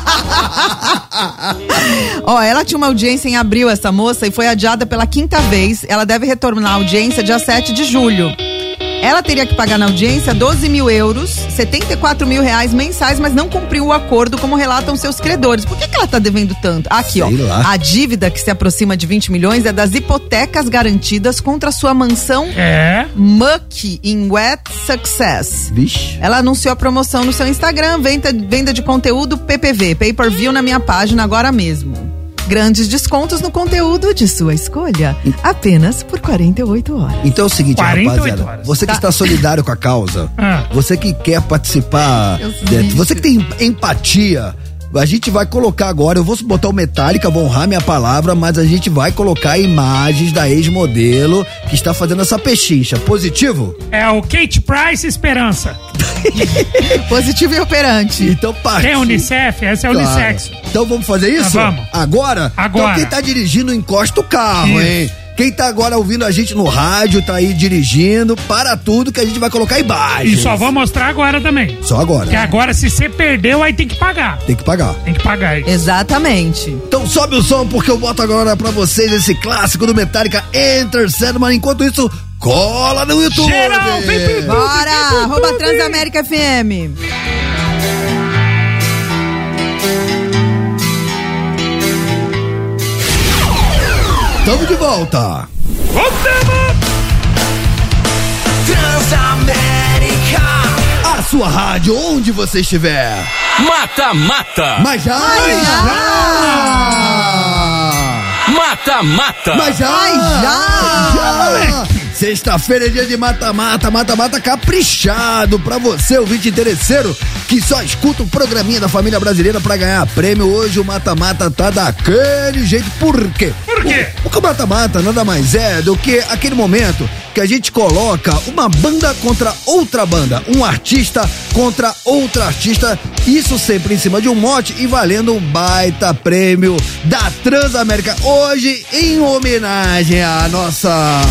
Ó, ela tinha uma audiência em abril, essa moça, e foi adiada pela 5ª vez. Ela deve retornar à audiência dia 7 de julho. Ela teria que pagar na audiência 12 mil euros, 74 mil reais mensais, mas não cumpriu o acordo, como relatam seus credores. Por que ela tá devendo tanto? Aqui, ó. A dívida que se aproxima de 20 milhões é das hipotecas garantidas contra a sua mansão Muck em Wet Success. Vixe. Ela anunciou a promoção no seu Instagram, venda de conteúdo PPV, pay-per-view na minha página agora mesmo. Grandes descontos no conteúdo de sua escolha, apenas por 48 horas. Então é o seguinte, 48 rapaziada, horas. você que está solidário com a causa, você que quer participar, você que tem empatia, a gente vai colocar agora, eu vou botar o Metallica, vou honrar minha palavra, mas a gente vai colocar imagens da ex-modelo que está fazendo essa pechincha. Positivo? É o Katie Price Esperança. Positivo e operante. Então parte. Tem Unicef, essa é unissex. Então vamos fazer isso? Vamos. Agora? Então quem tá dirigindo, encosta o carro, hein? Quem tá agora ouvindo a gente no rádio, tá aí dirigindo, para tudo que a gente vai colocar imagens. E só vou mostrar agora também. Só agora. Porque agora, se você perdeu, aí tem que pagar. Tem que pagar. Tem que pagar aí. Exatamente. Então sobe o som, porque eu boto agora pra vocês esse clássico do Metallica, Enter Sandman. Enquanto isso, cola no YouTube. Geral, vem pro YouTube. Bora, @Transamérica FM. Tamo de volta. Voltamos! Transamérica, a sua rádio, onde você estiver. Mata-mata. Mas já. Mata-mata. Mas já. Sexta-feira é dia de mata-mata, mata-mata caprichado pra você, ouvinte interesseiro, que só escuta o programinha da família brasileira pra ganhar prêmio. Hoje o mata-mata tá daquele jeito. Por quê? Por quê? Porque o mata-mata nada mais é do que aquele momento que a gente coloca uma banda contra outra banda, um artista contra outra artista, isso sempre em cima de um mote e valendo um baita prêmio da Transamérica. Hoje, em homenagem à nossa...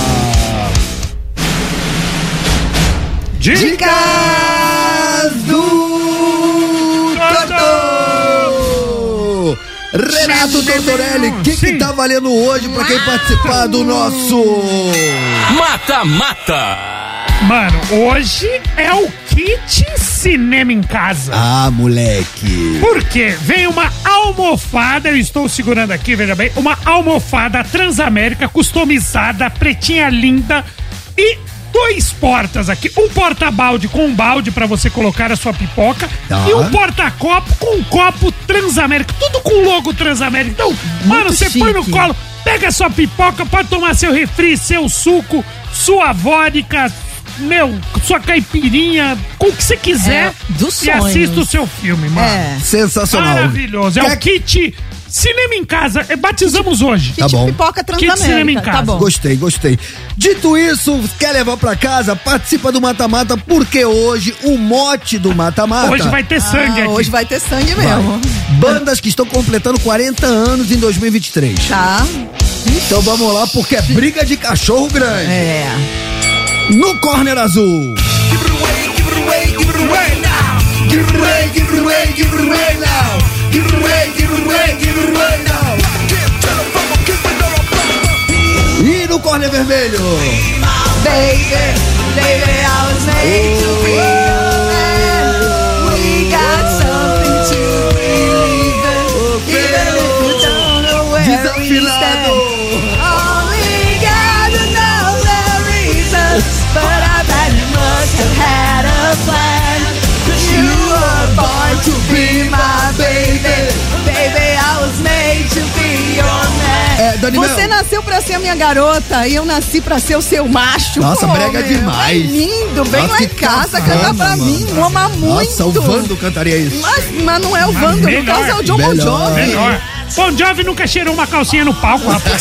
Dicas do Torto! Renato Tortorelli, o que tá valendo hoje pra quem participar do nosso Mata-Mata? Mano, hoje é o kit cinema em casa. Ah, moleque. Por quê? Vem uma almofada, eu estou segurando aqui, veja bem, uma almofada Transamérica customizada, pretinha linda e 2 portas aqui, um porta-balde com um balde pra você colocar a sua pipoca e um porta-copo com um copo Transamérica, tudo com logo Transamérica. Então, mano, você põe no colo, pega a sua pipoca, pode tomar seu refri, seu suco, sua vodka, sua caipirinha, com o que você quiser e assista o seu filme, mano. Sensacional. Maravilhoso. É o kit cinema em casa. Batizamos hoje. Tá bom. Pipoca Transamérica. Kit cinema em casa. Tá bom. Gostei. Dito isso, quer levar pra casa? Participa do Mata-Mata, porque hoje o mote do Mata-Mata... Hoje vai ter sangue aqui. Hoje vai ter sangue mesmo. Bandas que estão completando 40 anos em 2023. Tá. Então vamos lá, porque é briga de cachorro grande. No corner azul. Give it away now. Give it away now. E no corner vermelho. Baby, I was made to be your man. We got something to believe in, even if you don't know where we stand. Only gotta know the reasons, but I bet you must have had a plan. 'Cause you were born to be my baby. Baby, I was made to be your man. Você nasceu pra ser a minha garota e eu nasci pra ser o seu macho. Nossa, brega demais. Lindo, vem lá em casa cantar pra mim, me ama muito. Nossa, o Vando cantaria isso. Mas não é o Vando, no caso é o John Bon Jovi. Melhor. Bon Jovi nunca cheirou uma calcinha no palco, rapaz.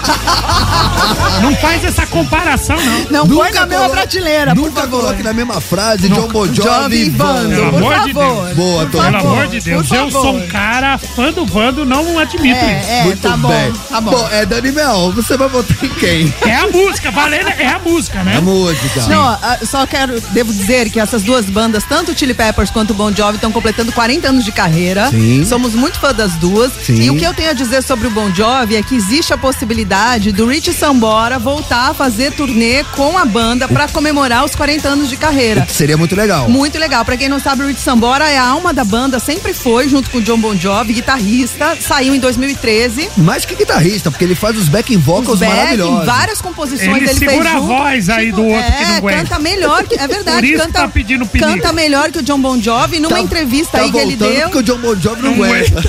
Não faz essa comparação, não. Não põe na mesma prateleira, por favor. Nunca coloque na mesma frase John Bon Jovi e Vando. Pelo amor de Deus. Boa, Pelo amor de Deus. Eu sou um cara fã do Vando, não admito isso. Muito tá bem. Tá bom. Bom, Dani Mel, você vai votar em quem? É a música, valendo, é a música, né? É a música. Não, só devo dizer que essas duas bandas, tanto o Chili Peppers quanto o Bon Jovi, estão completando 40 anos de carreira. Sim. Somos muito fã das duas. Sim. E o que eu tenho a dizer sobre o Bon Jovi é que existe a possibilidade do Richie Sambora voltar a fazer turnê com a banda pra comemorar os 40 anos de carreira. Seria muito legal. Muito legal. Pra quem não sabe, o Richie Sambora é a alma da banda, sempre foi, junto com o John Bon Jovi, guitarrista, saiu em 2013. Mais que guitarrista, porque ele faz os backing vocals maravilhosos. Várias composições ele fez segura junto, a voz aí do outro que não aguenta. Canta melhor, é verdade. Por isso tá pedindo pinico. Canta melhor que o John Bon Jovi. Numa entrevista aí que ele deu. Porque o John Bon Jovi não aguenta.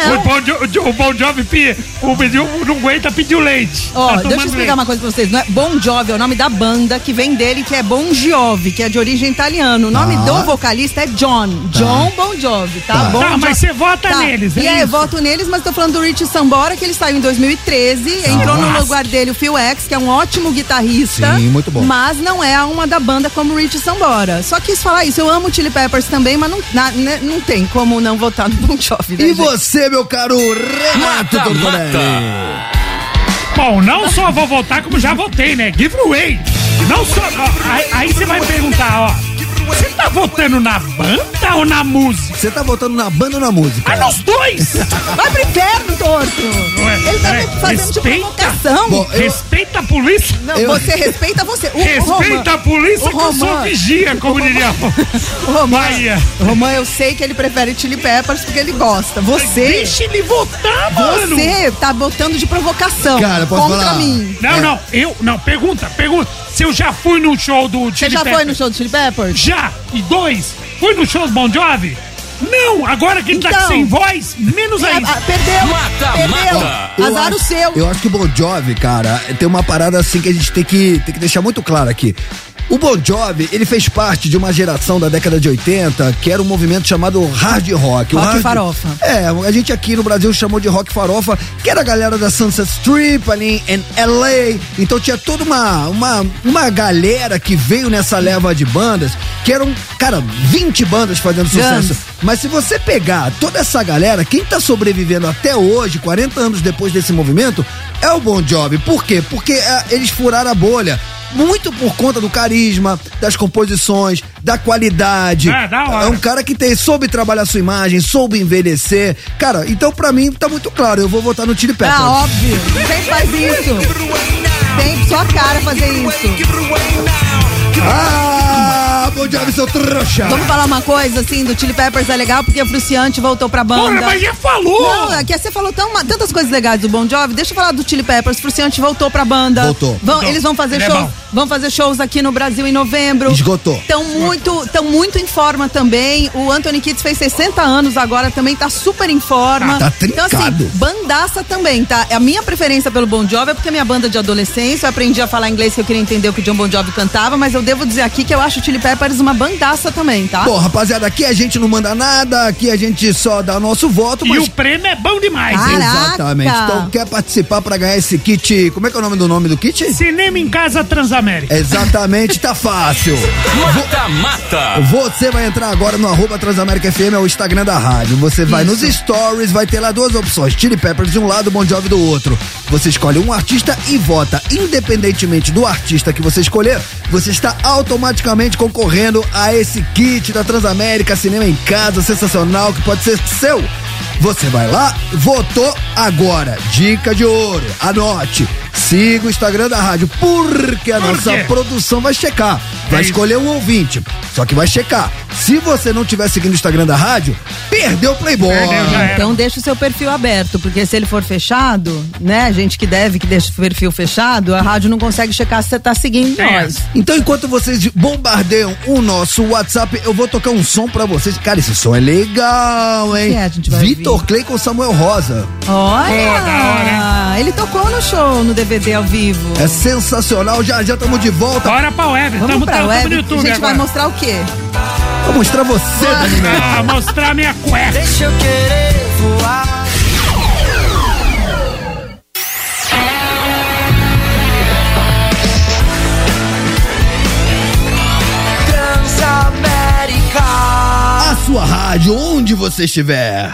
O Bon Jovi não aguenta pedir o leite. Deixa eu explicar uma coisa pra vocês. Não é Bon Jovi, é o nome da banda que vem dele, que é Bon Jovi, que é de origem italiana. O nome do vocalista é John Bon Jovi, tá? Bon Jovi. Mas você vota neles, eu voto neles, mas tô falando do Richie Sambora, que ele saiu em 2013. Entrou no lugar dele o Phil X, que é um ótimo guitarrista. Sim, muito bom. Mas não é uma da banda como o Richie Sambora. Só quis falar isso. Eu amo o Chili Peppers também, mas não tem como não votar no Bon Jovi. E você, meu caro Renato Tortorelli? Bom, não só vou votar, como já votei, né? Giveaway. Não só. Aí você vai perguntar, você tá votando na banda ou na música? Você tá votando na banda ou na música? Mas nos dois! Vai pro inferno, torto! Ele tá fazendo de provocação. Bom, respeita a polícia. Não, você respeita você. Respeita a polícia que eu sou vigia, como diria o Romã, eu sei que ele prefere Chili Peppers porque ele gosta. Você... Deixa ele votar, mano! Você tá botando de provocação. Cara, posso contra falar? mim. Não, pergunta. Se eu já fui no show do Chili Peppers. Você já foi no show do Chili Peppers? Já! E 2, fui no show do Bon Jovi? Não, agora que ele tá sem voz, menos ainda. Perdeu. Azar o seu. Eu acho que o Bon Jovi, cara, tem uma parada assim que a gente tem que deixar muito claro aqui. O Bon Jovi, ele fez parte de uma geração da década de 80 que era um movimento chamado hard rock. Rock farofa. A gente aqui no Brasil chamou de rock farofa, que era a galera da Sunset Strip ali em LA. Então tinha toda uma galera que veio nessa leva de bandas, que eram, 20 bandas fazendo sucesso. Mas se você pegar toda essa galera, quem tá sobrevivendo até hoje, 40 anos depois desse movimento, é o Bon Jovi. Por quê? Porque eles furaram a bolha. muito por conta do carisma, das composições, da qualidade. Da hora. É um cara que soube trabalhar sua imagem, soube envelhecer. Cara, então pra mim tá muito claro, eu vou votar no Chili Peppers. Ah, óbvio. Quem faz isso? Tem sua cara fazer isso. Bon Jovi, seu trouxa. Vamos falar uma coisa, assim, do Chili Peppers é legal porque o Frusciante voltou pra banda. Porra, mas já falou! Não, é que você falou tantas coisas legais do Bon Jovi. Deixa eu falar do Chili Peppers. O Frusciante voltou pra banda. Voltou. Eles vão fazer shows. Vão fazer shows aqui no Brasil em novembro. Esgotou. Estão muito em forma também. O Anthony Kiedis fez 60 anos agora, também tá super em forma. Tá trincado. Então, assim, bandaça também, tá? A minha preferência pelo Bon Jovi é porque é minha banda de adolescência. Eu aprendi a falar inglês que eu queria entender o que o John Bon Jovi cantava, mas eu devo dizer aqui que eu acho o Chili Peppers uma bandaça também, tá? Bom, rapaziada, aqui a gente não manda nada, aqui a gente só dá nosso voto. E mas... o prêmio é bom demais, hein? Exatamente. Então, quer participar pra ganhar esse kit? Como é que é o nome do kit? Cinema em Casa Transamérica. Exatamente, tá fácil. Mata. Você vai entrar agora no @Transamérica FM, é o Instagram da rádio. Você vai nos stories, vai ter lá duas opções, Chili Peppers de um lado, Bon Jovi do outro. Você escolhe um artista e vota. Independentemente do artista que você escolher, você está automaticamente concorrendo a esse kit da Transamérica, cinema em casa, sensacional, que pode ser seu. Você vai lá, votou agora. Dica de ouro, anote. Siga o Instagram da rádio, porque a nossa produção vai checar. Vai escolher um ouvinte, só que vai checar. Se você não estiver seguindo o Instagram da rádio, perdeu o Playboy. Então deixa o seu perfil aberto, porque se ele for fechado, né, gente que deixa o perfil fechado, a rádio não consegue checar se você tá seguindo nós. Então enquanto vocês bombardeiam o nosso WhatsApp, eu vou tocar um som pra vocês. Cara, esse som é legal, hein? Vitor Clay com Samuel Rosa. Olha, ele tocou no show, no DVD ao vivo. É sensacional, já estamos de volta. Bora pra web, vamos pra web, no YouTube. A gente agora vai mostrar o quê? Vou mostrar você, Daniel. Mostrar minha cueca. Deixa eu querer voar. Transamérica. A sua rádio, onde você estiver.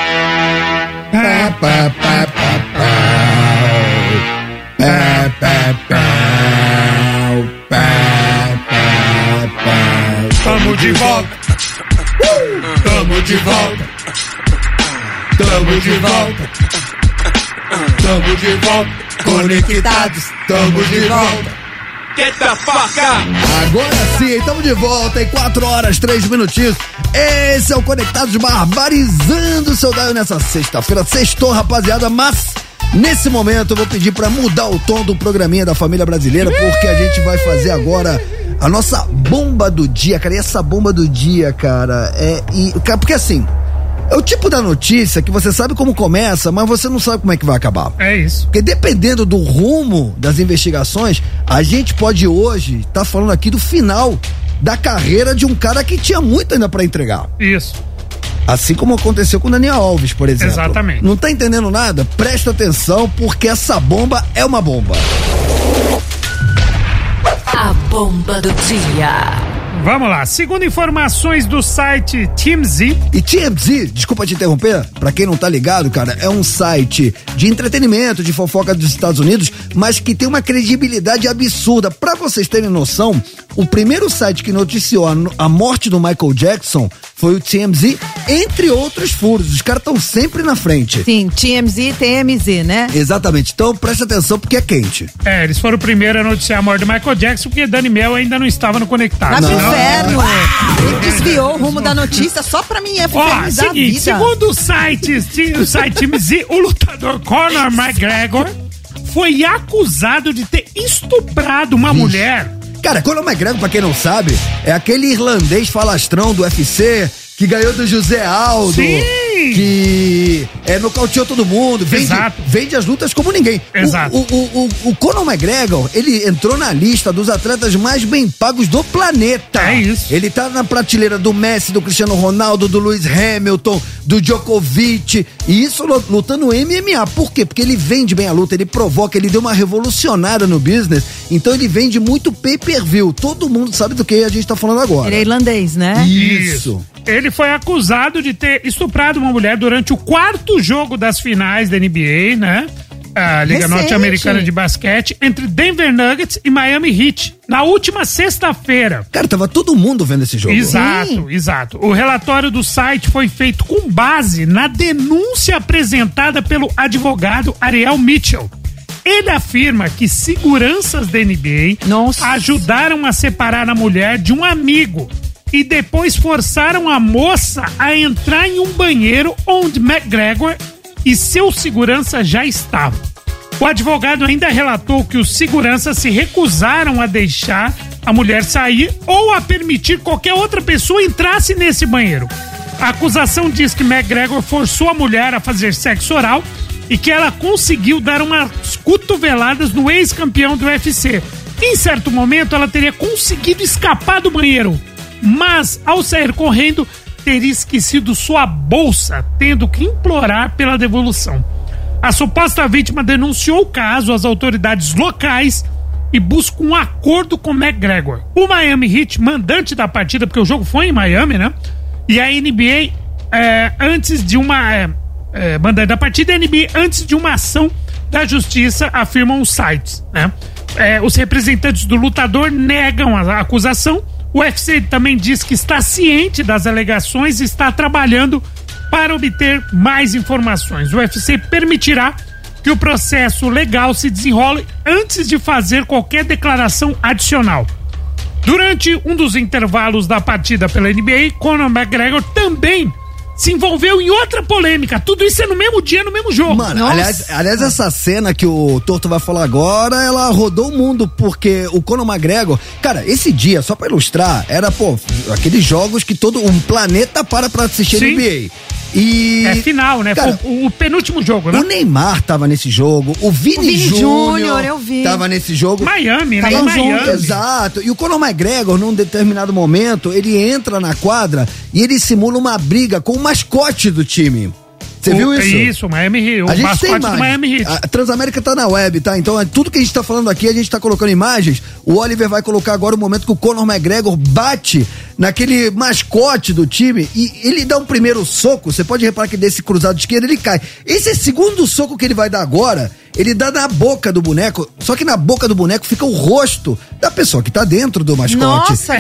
Tamo de volta. Tamo de volta. Tamo de volta. Tamo de volta. Conectados. Tamo de volta. Get the fuck up. Agora sim, estamos de volta em 4 horas, 3 minutinhos. Esse é o Conectados barbarizando o seu dial nessa sexta-feira. Sextou, rapaziada, mas nesse momento eu vou pedir pra mudar o tom do programinha da família brasileira, porque a gente vai fazer agora a nossa bomba do dia, cara. E essa bomba do dia, cara, porque assim, é o tipo da notícia que você sabe como começa, mas você não sabe como é que vai acabar. É isso. Porque dependendo do rumo das investigações, a gente pode hoje estar falando aqui do final da carreira de um cara que tinha muito ainda pra entregar. Isso. Assim como aconteceu com o Daniel Alves, por exemplo. Exatamente. Não tá entendendo nada? Presta atenção, porque essa bomba é uma bomba. A bomba do dia. Vamos lá, segundo informações do site TMZ. E TMZ, desculpa te interromper, pra quem não tá ligado, cara, é um site de entretenimento, de fofoca dos Estados Unidos, mas que tem uma credibilidade absurda. Pra vocês terem noção, o primeiro site que noticiou a morte do Michael Jackson foi o TMZ, entre outros furos. Os caras estão sempre na frente. Sim, TMZ, TMZ, né? Exatamente, então presta atenção porque é quente. Eles foram o primeiro a noticiar a morte do Michael Jackson, porque Dani Mel ainda não estava no Conectado. Inferno. Ele desviou o rumo da notícia só pra mim infernizar a vida. Segundo o site TMZ, o lutador Conor McGregor foi acusado de ter estuprado uma mulher. Cara, Conor McGregor, pra quem não sabe, é aquele irlandês falastrão do UFC que ganhou do José Aldo. Sim. Que nocauteou todo mundo, vende as lutas como ninguém. Exato. O Conor McGregor, ele entrou na lista dos atletas mais bem pagos do planeta. É isso. Ele tá na prateleira do Messi, do Cristiano Ronaldo, do Lewis Hamilton, do Djokovic, e isso lutando MMA. Por quê? Porque ele vende bem a luta, ele provoca, ele deu uma revolucionada no business, então ele vende muito pay-per-view. Todo mundo sabe do que a gente tá falando agora. Ele é irlandês, né? Isso. Ele foi acusado de ter estuprado uma mulher durante o 4º jogo das finais da NBA, né? a Liga Norte-Americana de Basquete, entre Denver Nuggets e Miami Heat, na última sexta-feira. Cara, tava todo mundo vendo esse jogo. Exato. O relatório do site foi feito com base na denúncia apresentada pelo advogado Ariel Mitchell. Ele afirma que seguranças da NBA ajudaram a separar a mulher de um amigo e depois forçaram a moça a entrar em um banheiro onde McGregor e seu segurança já estavam. O advogado ainda relatou que os seguranças se recusaram a deixar a mulher sair ou a permitir qualquer outra pessoa entrasse nesse banheiro. A acusação diz que McGregor forçou a mulher a fazer sexo oral e que ela conseguiu dar umas cotoveladas no ex-campeão do UFC. Em certo momento, ela teria conseguido escapar do banheiro, mas ao sair correndo, teria esquecido sua bolsa, tendo que implorar pela devolução. A suposta vítima denunciou o caso às autoridades locais e busca um acordo com McGregor. O Miami Heat, mandante da partida, porque o jogo foi em Miami, né? E a NBA, antes de uma... mandante da partida, a NBA, antes de uma ação da justiça, afirmam os sites, né? Os representantes do lutador negam a acusação. O UFC também diz que está ciente das alegações e está trabalhando para obter mais informações. O UFC permitirá que o processo legal se desenrole antes de fazer qualquer declaração adicional. Durante um dos intervalos da partida pela NBA, Conor McGregor também se envolveu em outra polêmica. Tudo isso é no mesmo dia, no mesmo jogo. Mano, aliás, essa cena que o Torto vai falar agora, ela rodou o mundo, porque o Conor McGregor, cara, esse dia, só pra ilustrar, era, aqueles jogos que todo um planeta para assistir NBA. E... é final, né? Cara, foi o penúltimo jogo, né? O Neymar tava nesse jogo, o Vini Júnior eu vi. Tava nesse jogo. Miami, né? Miami. Exato. E o Conor McGregor, num determinado momento, ele entra na quadra e ele simula uma briga com o mascote do time. Você viu isso? Isso, o mascote do Miami Heat. A Transamérica tá na web, tá? Então, tudo que a gente tá falando aqui, a gente tá colocando imagens. O Oliver vai colocar agora o momento que o Conor McGregor bate naquele mascote do time e ele dá um primeiro soco. Você pode reparar que desse cruzado de esquerda ele cai. Esse segundo soco que ele vai dar agora, ele dá na boca do boneco, só que na boca do boneco fica o rosto da pessoa que tá dentro do mascote. Nossa,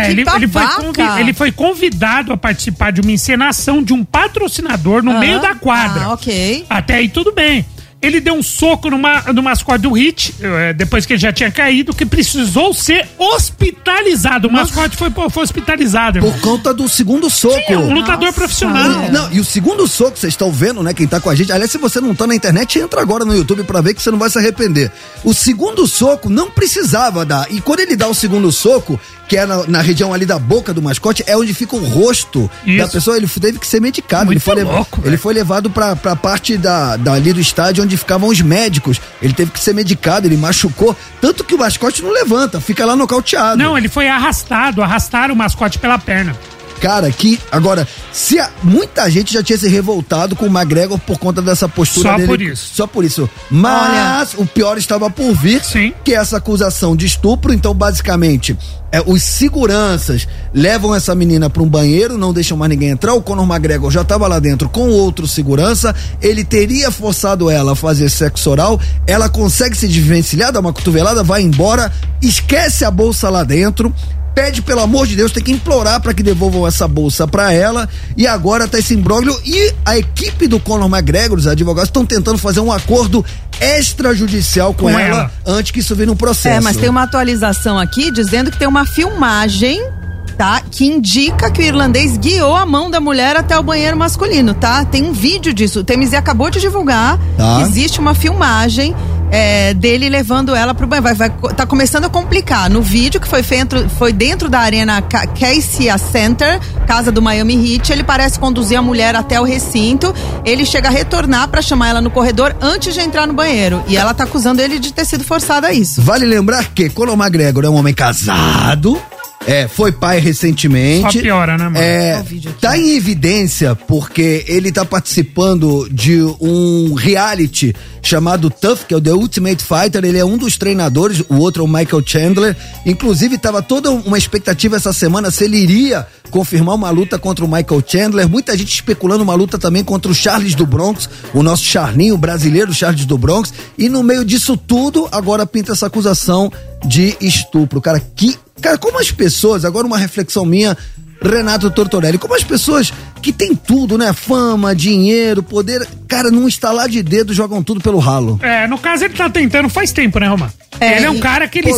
ele foi convidado a participar de uma encenação de um patrocinador no meio da quadra. Ok. Até aí tudo bem. Ele deu um soco no mascote do Heat, depois que ele já tinha caído, que precisou ser hospitalizado. O mascote foi hospitalizado. Por conta do segundo soco. Sim, um lutador profissional. Não, e o segundo soco, vocês estão vendo, né, quem tá com a gente. Aliás, se você não tá na internet, entra agora no YouTube pra ver que você não vai se arrepender. O segundo soco não precisava dar. E quando ele dá o segundo soco, que é na região ali da boca do mascote, é onde fica o rosto da pessoa. Ele teve que ser medicado. Ele foi levado pra parte dali do estádio onde ficavam os médicos. Ele teve que ser medicado, ele machucou. Tanto que o mascote não levanta, fica lá nocauteado. Não, ele foi arrastaram o mascote pela perna. Cara, agora, muita gente já tinha se revoltado com o McGregor por conta dessa postura dele. Só por isso. Mas o pior estava por vir, que é essa acusação de estupro. Então, basicamente, os seguranças levam essa menina para um banheiro, não deixam mais ninguém entrar. O Conor McGregor já estava lá dentro com outro segurança. Ele teria forçado ela a fazer sexo oral. Ela consegue se desvencilhar, dá uma cotovelada, vai embora, esquece a bolsa lá dentro. Pede, pelo amor de Deus, tem que implorar para que devolvam essa bolsa para ela. E agora tá esse imbróglio. E a equipe do Conor McGregor, os advogados, estão tentando fazer um acordo extrajudicial com ela antes que isso vire um processo. Mas tem uma atualização aqui dizendo que tem uma filmagem, tá? Que indica que o irlandês guiou a mão da mulher até o banheiro masculino, tá? Tem um vídeo disso. O TMZ acabou de divulgar. Existe uma filmagem dele levando ela pro banheiro. Tá começando a complicar. No vídeo que foi dentro da arena Casey Center, casa do Miami Heat, ele parece conduzir a mulher até o recinto. Ele chega a retornar pra chamar ela no corredor antes de entrar no banheiro. E ela tá acusando ele de ter sido forçada a isso. Vale lembrar que Conor McGregor é um homem casado. Foi pai recentemente. Só piora, né, mano? Tá em evidência porque ele tá participando de um reality chamado Tough, que é o The Ultimate Fighter. Ele é um dos treinadores, o outro é o Michael Chandler. Inclusive, tava toda uma expectativa essa semana se ele iria confirmar uma luta contra o Michael Chandler, muita gente especulando uma luta também contra o Charles do Bronx, o nosso Charlinho brasileiro, Charles do Bronx, e no meio disso tudo, agora pinta essa acusação de estupro. Cara, como as pessoas, agora uma reflexão minha, Renato Tortorelli, como as pessoas que tem tudo, né? Fama, dinheiro, poder, cara, num estalar de dedo jogam tudo pelo ralo. No caso ele tá tentando faz tempo, né, Romano? Ele é um cara que ele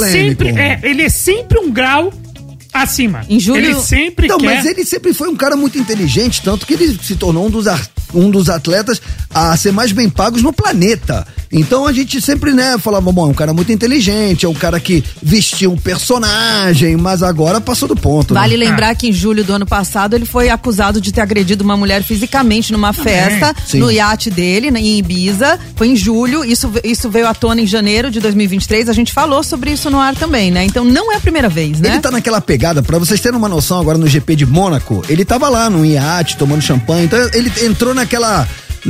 é sempre um grau acima. Em julho... Ele sempre mas ele sempre foi um cara muito inteligente, tanto que ele se tornou um dos atletas a ser mais bem pagos no planeta. Então a gente sempre, né, falava, bom, é um cara muito inteligente, é um cara que vestia um personagem, mas agora passou do ponto. Vale lembrar que em julho do ano passado ele foi acusado de ter agredido uma mulher fisicamente numa festa, no iate dele, em Ibiza. Foi em julho, isso veio à tona em janeiro de 2023, a gente falou sobre isso no ar também, né? Então não é a primeira vez, né? Ele tá naquela pegada, pra vocês terem uma noção agora no GP de Mônaco, ele tava lá no iate, tomando champanhe, então ele entrou naquela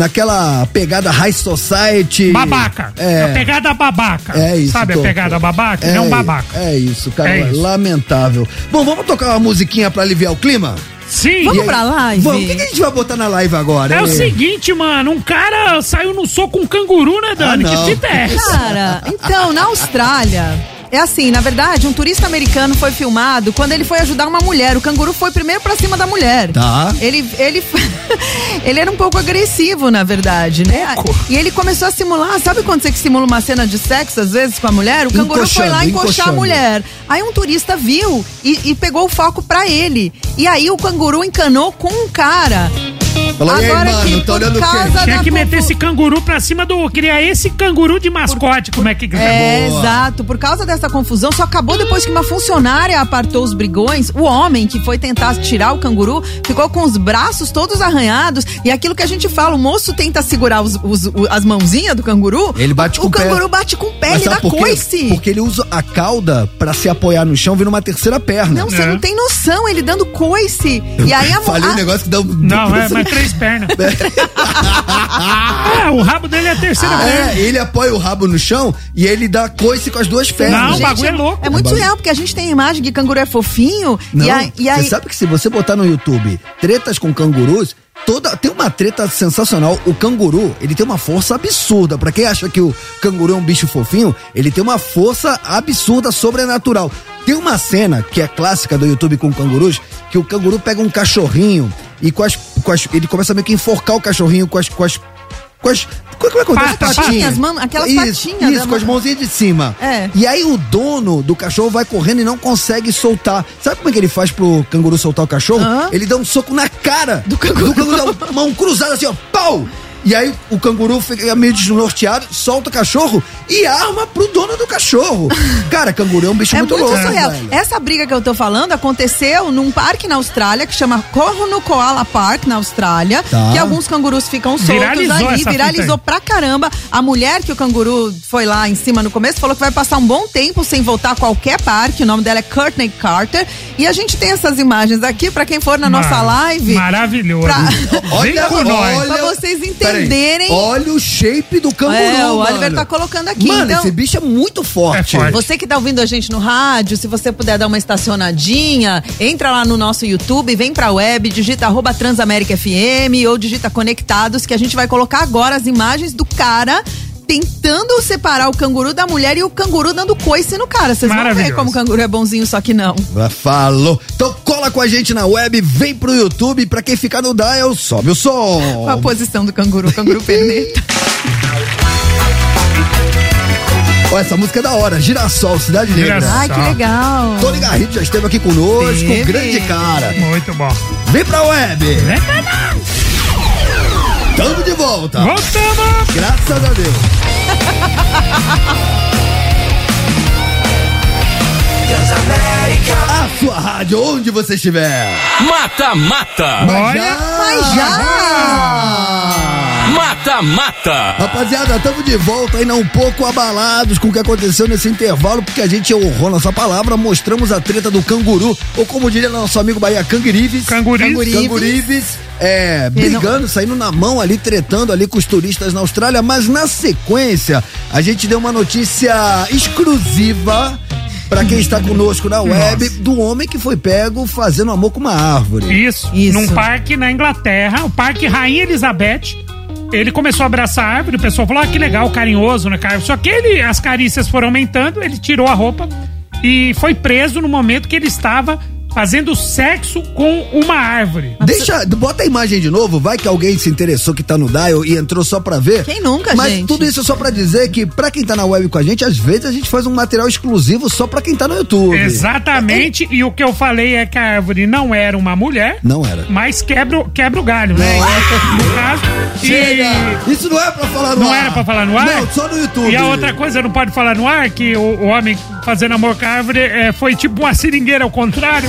pegada high society. Babaca. A pegada babaca. É isso. Sabe a pegada babaca? Ele é um babaca. É isso, cara. Lamentável. Bom, vamos tocar uma musiquinha pra aliviar o clima? Sim. Vamos pra live? Vamos. O que a gente vai botar na live agora? É o seguinte, mano, um cara saiu no soco com um canguru, né, Dani? Que fita é essa? Cara, então, na Austrália... É assim, na verdade, um turista americano foi filmado quando ele foi ajudar uma mulher. O canguru foi primeiro pra cima da mulher. Tá. Ele era um pouco agressivo, na verdade, né? E ele começou a simular, sabe quando você simula uma cena de sexo, às vezes, com a mulher? O canguru foi lá encoxar a mulher. Aí um turista viu e pegou o foco pra ele. E aí o canguru encanou com um cara. Fala aí, agora mano, que, tá olhando o quê? Tinha que meter esse canguru pra cima queria esse canguru de mascote, como é que exato, por causa dessa confusão, só acabou depois que uma funcionária apartou os brigões. O homem que foi tentar tirar o canguru ficou com os braços todos arranhados, e aquilo que a gente fala, o moço tenta segurar as mãozinhas do canguru, ele bate com o canguru bate com o pé, ele dá coice. Porque ele usa a cauda pra se apoiar no chão, vira uma terceira perna. Não, você não tem noção, ele dando coice. E aí falei um negócio que dá mas 3 pernas. O rabo dele é a terceira perna. Ele apoia o rabo no chão e ele dá coice com as duas pernas. Não, o bagulho é louco. É muito surreal, porque a gente tem a imagem que canguru é fofinho. Não, e aí... Você sabe que se você botar no YouTube tretas com cangurus, tem uma treta sensacional. O canguru, ele tem uma força absurda. Pra quem acha que o canguru é um bicho fofinho, ele tem uma força absurda, sobrenatural. Tem uma cena que é clássica do YouTube com cangurus, que o canguru pega um cachorrinho e ele começa meio que enforcar o cachorrinho com as patinhas, aquelas patinhas. Isso, com as mãozinhas de cima. E aí o dono do cachorro vai correndo e não consegue soltar. Sabe como é que ele faz pro canguru soltar o cachorro? Ele dá um soco na cara do canguru. Dá uma mão cruzada assim, ó, pau! E aí o canguru fica meio desnorteado, solta o cachorro e arma pro dono do cachorro. Cara, canguru é um bicho muito louco. Surreal. Essa briga que eu tô falando aconteceu num parque na Austrália que chama Cornu Koala Park, na Austrália, que alguns cangurus ficam soltos ali, viralizou pra caramba. A mulher que o canguru foi lá em cima no começo falou que vai passar um bom tempo sem voltar a qualquer parque. O nome dela é Courtney Carter. E a gente tem essas imagens aqui pra quem for na nossa live. Maravilhoso. Olha, pra vocês entenderem. Olha o shape do canguru, o Oliver tá colocando aqui. Mano, então, esse bicho é muito forte. Você que tá ouvindo a gente no rádio, se você puder dar uma estacionadinha, entra lá no nosso YouTube, vem pra web, digita @transamerica_fm ou digita Conectados, que a gente vai colocar agora as imagens do cara tentando separar o canguru da mulher e o canguru dando coice no cara. Vocês vão ver como o canguru é bonzinho, só que não. Falou. Então cola com a gente na web, vem pro YouTube. Pra quem ficar no dial, sobe o som. A posição do canguru, canguru perneta. Olha, essa música é da hora. Girassol, Cidade Negra. Ai, que legal. Tony Garrido já esteve aqui conosco. Grande cara. Muito bom. Vem pra web. Vem pra nós. Tamo de volta. Voltamos. Graças a Deus. A sua rádio, onde você estiver. Mata, mata. Mas já. Mata, mata. Rapaziada, estamos de volta ainda um pouco abalados com o que aconteceu nesse intervalo, porque a gente honrou nossa palavra, mostramos a treta do canguru, ou como diria nosso amigo Bahia, Cangurives. Brigando, saindo na mão ali, tretando ali com os turistas na Austrália, mas na sequência, a gente deu uma notícia exclusiva pra quem está conosco na web, do homem que foi pego fazendo amor com uma árvore. Isso. Num parque na Inglaterra, o Parque Rainha Elizabeth. Ele começou a abraçar a árvore, o pessoal falou, que legal, carinhoso, né, cara? Só que as carícias foram aumentando, ele tirou a roupa e foi preso no momento que ele estava fazendo sexo com uma árvore. Bota a imagem de novo, vai que alguém se interessou que tá no dial e entrou só pra ver. Quem nunca, Mas gente? tudo isso é só pra dizer que pra quem tá na web com a gente, às vezes a gente faz um material exclusivo só pra quem tá no YouTube. Exatamente, e o que eu falei é que a árvore não era uma mulher. Não era. Mas quebra o galho, né? No caso. Chega! Isso não é pra falar no ar. Não era pra falar no ar? Não, só no YouTube. E a outra coisa, não pode falar no ar, que o homem fazendo amor com a árvore foi tipo uma seringueira ao contrário.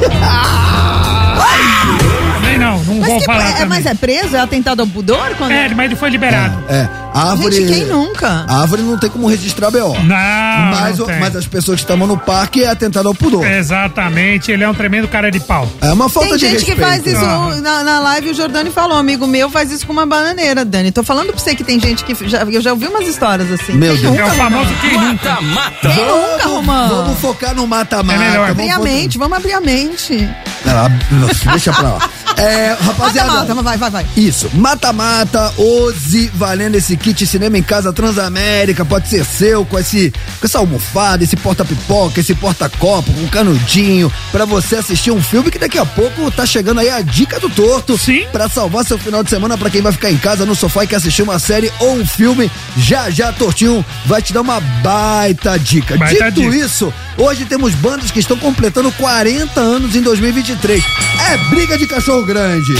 Não vou falar também. Mas é preso? É atentado ao pudor? Mas ele foi liberado. A árvore... Gente, quem nunca? A árvore não tem como registrar BO. Mas as pessoas que estavam no parque é atentado ao pudor. Exatamente, ele é um tremendo cara de pau. É uma falta de respeito. Tem gente que faz isso na live, o Jordani falou, amigo meu faz isso com uma bananeira, Dani. Tô falando pra você que tem gente que eu já ouvi umas histórias assim. Meu Deus. É o famoso quem nunca. Mata-mata. Quem nunca, Romão? Vamos focar no mata-mata. É melhor. Vamos abrir a mente. Deixa pra lá. Rapaziada. Mata-mata, vai. Isso, mata-mata, hoje valendo esse kit Cinema em Casa Transamérica, pode ser seu, com essa almofada, esse porta-pipoca, esse porta-copo, com canudinho, pra você assistir um filme que daqui a pouco tá chegando aí a dica do torto. Sim. Pra salvar seu final de semana, pra quem vai ficar em casa no sofá e quer assistir uma série ou um filme, já Tortinho vai te dar uma baita dica. Dito isso, hoje temos bandas que estão completando 40 anos em 2023. É briga de cachorro grande.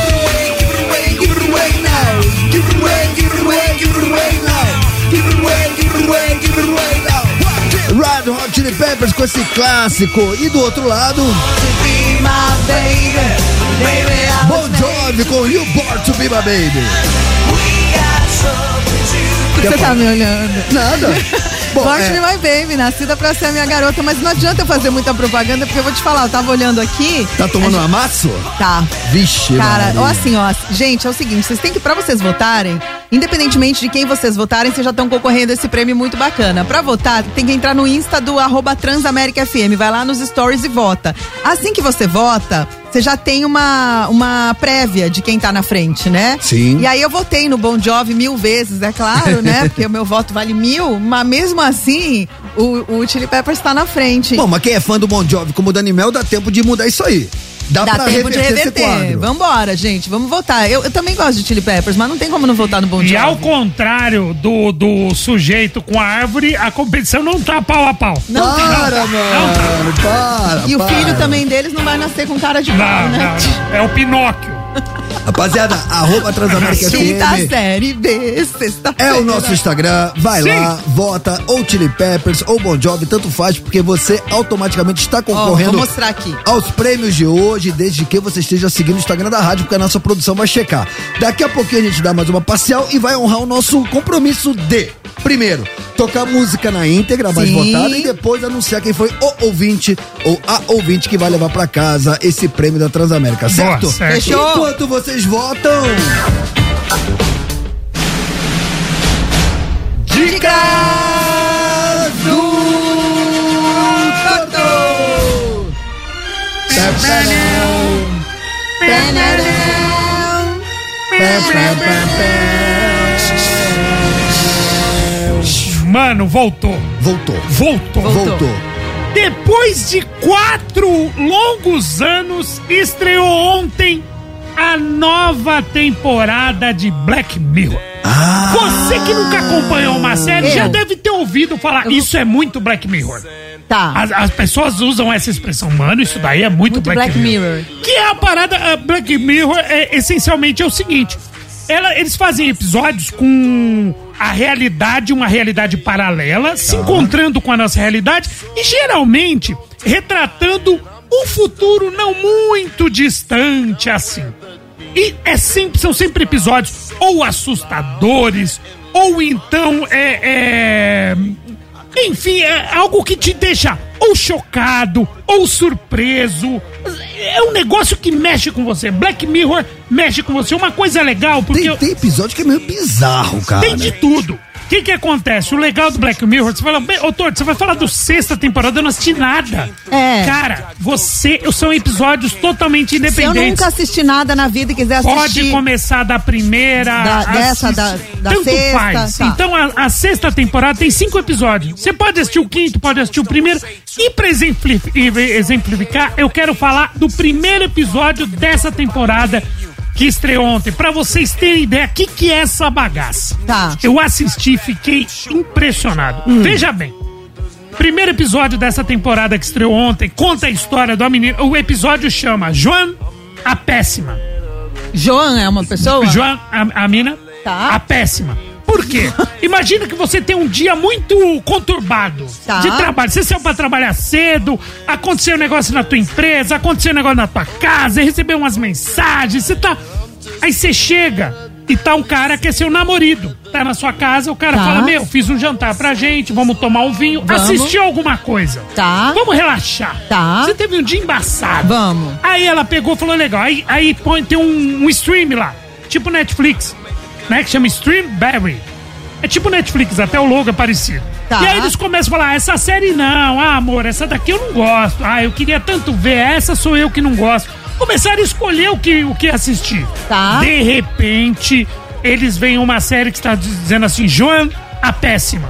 Red Hot Chili Peppers com esse clássico. E do outro lado, Bon Jovi com You Born to Be My Baby. Por que você tá me olhando? Nada. Born to Be My Baby, nascida pra ser a minha garota, mas não adianta eu fazer muita propaganda, porque eu vou te falar, eu tava olhando aqui. Tá tomando um amasso? Tá. Vixe, cara, gente, é o seguinte, vocês têm que, pra vocês votarem, independentemente de quem vocês votarem, vocês já estão concorrendo a esse prêmio muito bacana. Pra votar, tem que entrar no Insta do @TransaméricaFM, vai lá nos stories e vota. Assim que você vota, você já tem uma prévia de quem tá na frente, né? Sim. E aí eu votei no Bon Jovi 1000 vezes, é claro, né? Porque o meu voto vale 1000, mas mesmo assim, o Chili Peppers tá na frente. Bom, mas quem é fã do Bon Jovi como o Dani Mel, dá tempo de mudar isso aí. Dá pra tempo de reverter esse quadro. Vambora, gente, vamos votar. Eu também gosto de Chili Peppers, mas não tem como não votar no Bon Jovi. E ao contrário do sujeito com a árvore, a competição não tá pau a pau. Para. E o filho também deles não vai nascer com cara de pau, né? Não. É o Pinóquio. Rapaziada, @Transamérica Quinta FM série B, sexta-feira. é o nosso Instagram, vai lá, vota ou Chili Peppers ou Bon Jovi, tanto faz, porque você automaticamente está concorrendo vou mostrar aqui aos prêmios de hoje, desde que você esteja seguindo o Instagram da rádio, porque a nossa produção vai checar. Daqui a pouquinho a gente dá mais uma parcial e vai honrar o nosso compromisso de, primeiro, tocar música na íntegra, mais votada, e depois anunciar quem foi o ouvinte ou a ouvinte que vai levar pra casa esse prêmio da Transamérica, certo? Boa, certo. Fechou? Enquanto vocês votam... Dicas do Torto! Mano, voltou. Depois de 4 longos anos, estreou ontem a nova temporada de Black Mirror. Você que nunca acompanhou uma série já deve ter ouvido falar, isso é muito Black Mirror. Tá. As pessoas usam essa expressão, mano, isso daí é muito Black Mirror. Que é a parada, Black Mirror essencialmente é o seguinte, eles fazem episódios com a realidade, uma realidade paralela, se encontrando com a nossa realidade e geralmente retratando um futuro não muito distante assim. E são sempre episódios ou assustadores, ou então enfim, é algo que te deixa ou chocado, ou surpreso. É um negócio que mexe com você. Black Mirror mexe com você. Uma coisa legal, porque... Tem episódio que é meio bizarro, cara. Tem de tudo. que acontece? O legal do Black Mirror, você fala, ô Torto, você vai falar do sexta temporada, eu não assisti nada. Cara, são episódios totalmente independentes. Se eu nunca assisti nada na vida e quiser assistir... Pode começar da primeira... da tanto sexta. Faz. Tá. Então, a sexta temporada tem 5 episódios. Você pode assistir o quinto, pode assistir o primeiro. E pra exemplificar, eu quero falar do primeiro episódio dessa temporada que estreou ontem, pra vocês terem ideia, o que é essa bagaça. Tá. Eu assisti e fiquei impressionado. Veja bem, primeiro episódio dessa temporada que estreou ontem, conta a história da menina. O episódio chama Joan a Péssima. Joan é uma pessoa? Joan, a mina, Tá. a péssima. Por quê? Imagina que você tem um dia muito conturbado de trabalho. Você saiu pra trabalhar cedo, aconteceu um negócio na tua empresa, aconteceu um negócio na tua casa, recebeu umas mensagens, você tá... Aí você chega e tá um cara que é seu namorado. Tá na sua casa, o cara fala, fiz um jantar pra gente, vamos tomar um vinho, assistir alguma coisa. Tá. Vamos relaxar. Tá. Você teve um dia embaçado. Vamos. Aí ela pegou e falou, legal, aí tem um stream lá, tipo Netflix, né, que chama Streamberry. É tipo Netflix, até o logo é parecido. Tá. E aí eles começam a falar, essa série não, amor, essa daqui eu não gosto. Eu queria tanto ver, essa sou eu que não gosto. Começaram a escolher o que assistir. Tá. De repente, eles veem uma série que está dizendo assim, Joan a Péssima.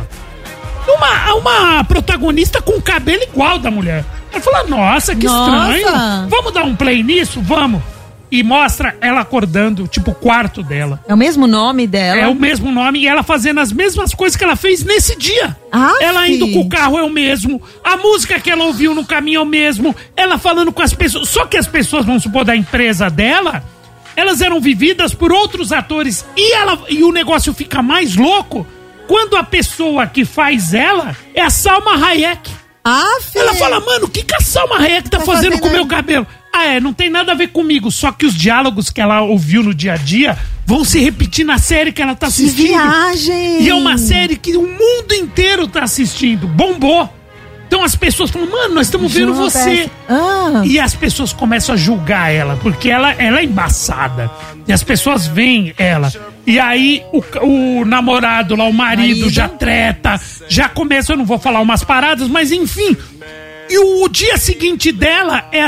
Uma protagonista com cabelo igual da mulher. Ela fala, nossa, que estranho. Vamos dar um play nisso? Vamos. E mostra ela acordando, tipo, o quarto dela. É o mesmo nome dela? É o mesmo nome e ela fazendo as mesmas coisas que ela fez nesse dia. Ela indo com o carro é o mesmo, a música que ela ouviu no caminho é o mesmo, ela falando com as pessoas. Só que as pessoas, vamos supor, da empresa dela, elas eram vividas por outros atores e o negócio fica mais louco quando a pessoa que faz ela é a Salma Hayek. Ela fala, mano, o que a Salma Hayek tá fazendo com o meu cabelo? Não tem nada a ver comigo. Só que os diálogos que ela ouviu no dia a dia vão se repetir na série que ela tá assistindo. Que viagem! E é uma série que o mundo inteiro tá assistindo. Bombou. Então as pessoas falam, mano, nós estamos vendo você. E as pessoas começam a julgar ela, porque ela é embaçada. E as pessoas veem ela. E aí o namorado lá, o marido já treta, já começa, eu não vou falar umas paradas, mas enfim. E o dia seguinte dela é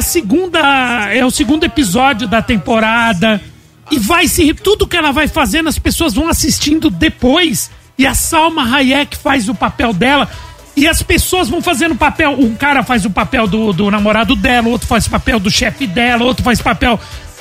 o segundo episódio da temporada. E tudo que ela vai fazendo, as pessoas vão assistindo depois. E a Salma Hayek faz o papel dela. E as pessoas vão fazendo papel. Um cara faz o papel do namorado dela, outro faz o papel do chefe dela, outro faz papel...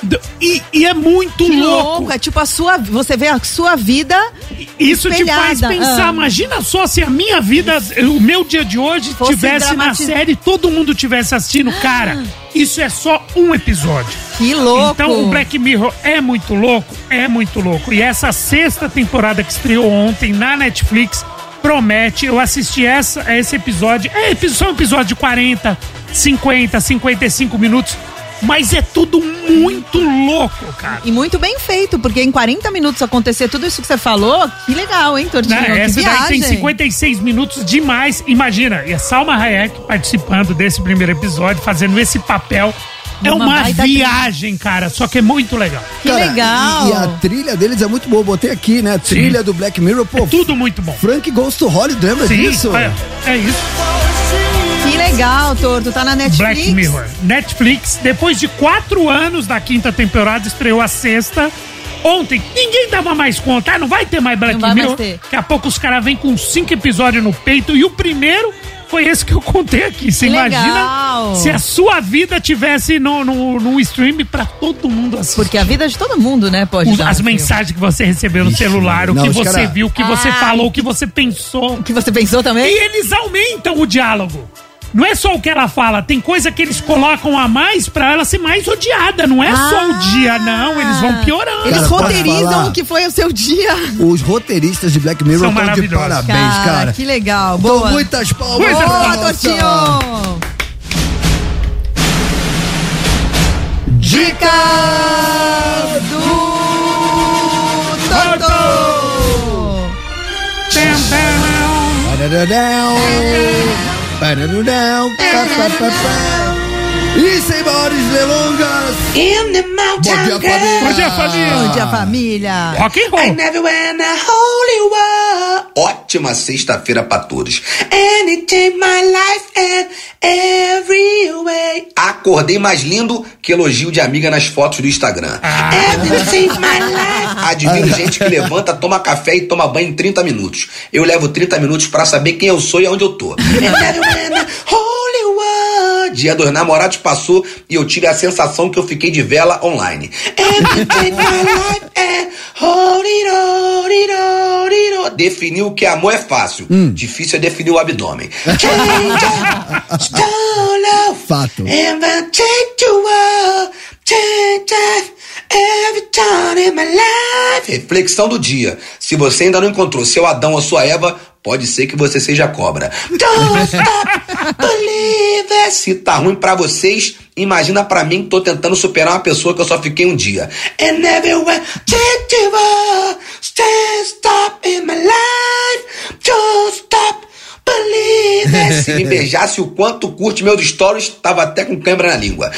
E é muito louco. É tipo você vê a sua vida. Isso espelhada. te faz pensar. Imagina só se a minha vida, o meu dia de hoje tivesse na série, todo mundo tivesse assistindo. Cara, isso é só um episódio. Que louco. Então o Black Mirror é muito louco. É muito louco. E essa sexta temporada que estreou ontem na Netflix promete. Eu assisti esse episódio. São episódios de 40, 50, 55 minutos. Mas é tudo muito louco, cara. E muito bem feito, porque em 40 minutos acontecer tudo isso que você falou, que legal, hein, Tortinho? Essa daí tem 56 minutos demais. Imagina, e a Salma Hayek participando desse primeiro episódio, fazendo esse papel. É uma viagem, cara, só que é muito legal. Que legal. E a trilha deles é muito boa, botei aqui, né? Trilha do Black Mirror, pô. É tudo muito bom. Frank Goes to Hollywood, lembra disso? É isso. Que legal, Torto, tá na Netflix. Black Mirror. Netflix, depois de 4 anos da quinta temporada, estreou a sexta. Ontem, ninguém dava mais conta. Não vai ter mais Black Mirror. Daqui a pouco os caras vêm com 5 episódios no peito. E o primeiro foi esse que eu contei aqui. Você imagina se a sua vida tivesse no stream pra todo mundo assistir. Porque a vida de todo mundo, né, pode dar. As mensagens que você recebeu no celular, o que você viu, o que você falou, o que você pensou. O que você pensou também? E eles aumentam o diálogo. Não é só o que ela fala, tem coisa que eles colocam a mais pra ela ser mais odiada. Não é só o dia, não. Eles vão piorando. Eles roteirizam o que foi o seu dia. Os roteiristas de Black Mirror estão de parabéns, cara. Que legal. Boa. Então, muitas palmas. Boa, Tortinho. Dica do Torto. E sem maiores delongas. In the mountain. Bom dia, família. Bom dia, família. Bom dia, família. Rock and roll. I never went a holy war. Ótima sexta-feira pra todos. And it changed my life in every way. Acordei mais lindo que elogio de amiga nas fotos do Instagram. And it changed my life. Admiro gente que levanta, toma café e toma banho em 30 minutos. Eu levo 30 minutos pra saber quem eu sou e aonde eu tô. I never went a holy war. Dia dos namorados passou e eu tive a sensação que eu fiquei de vela online. And it changed my life and Definir o que é amor é fácil. Difícil é definir o abdômen. Fato. And I take you up, change every time in my life. Reflexão do dia. Se você ainda não encontrou seu Adão ou sua Eva, pode ser que você seja cobra. Don't stop, believe it. Se tá ruim pra vocês, imagina pra mim que tô tentando superar uma pessoa que eu só fiquei um dia. And everywhere, take you up, stop in my life. Don't stop, believe it. Se me beijasse o quanto curte meus stories, tava até com câimbra na língua.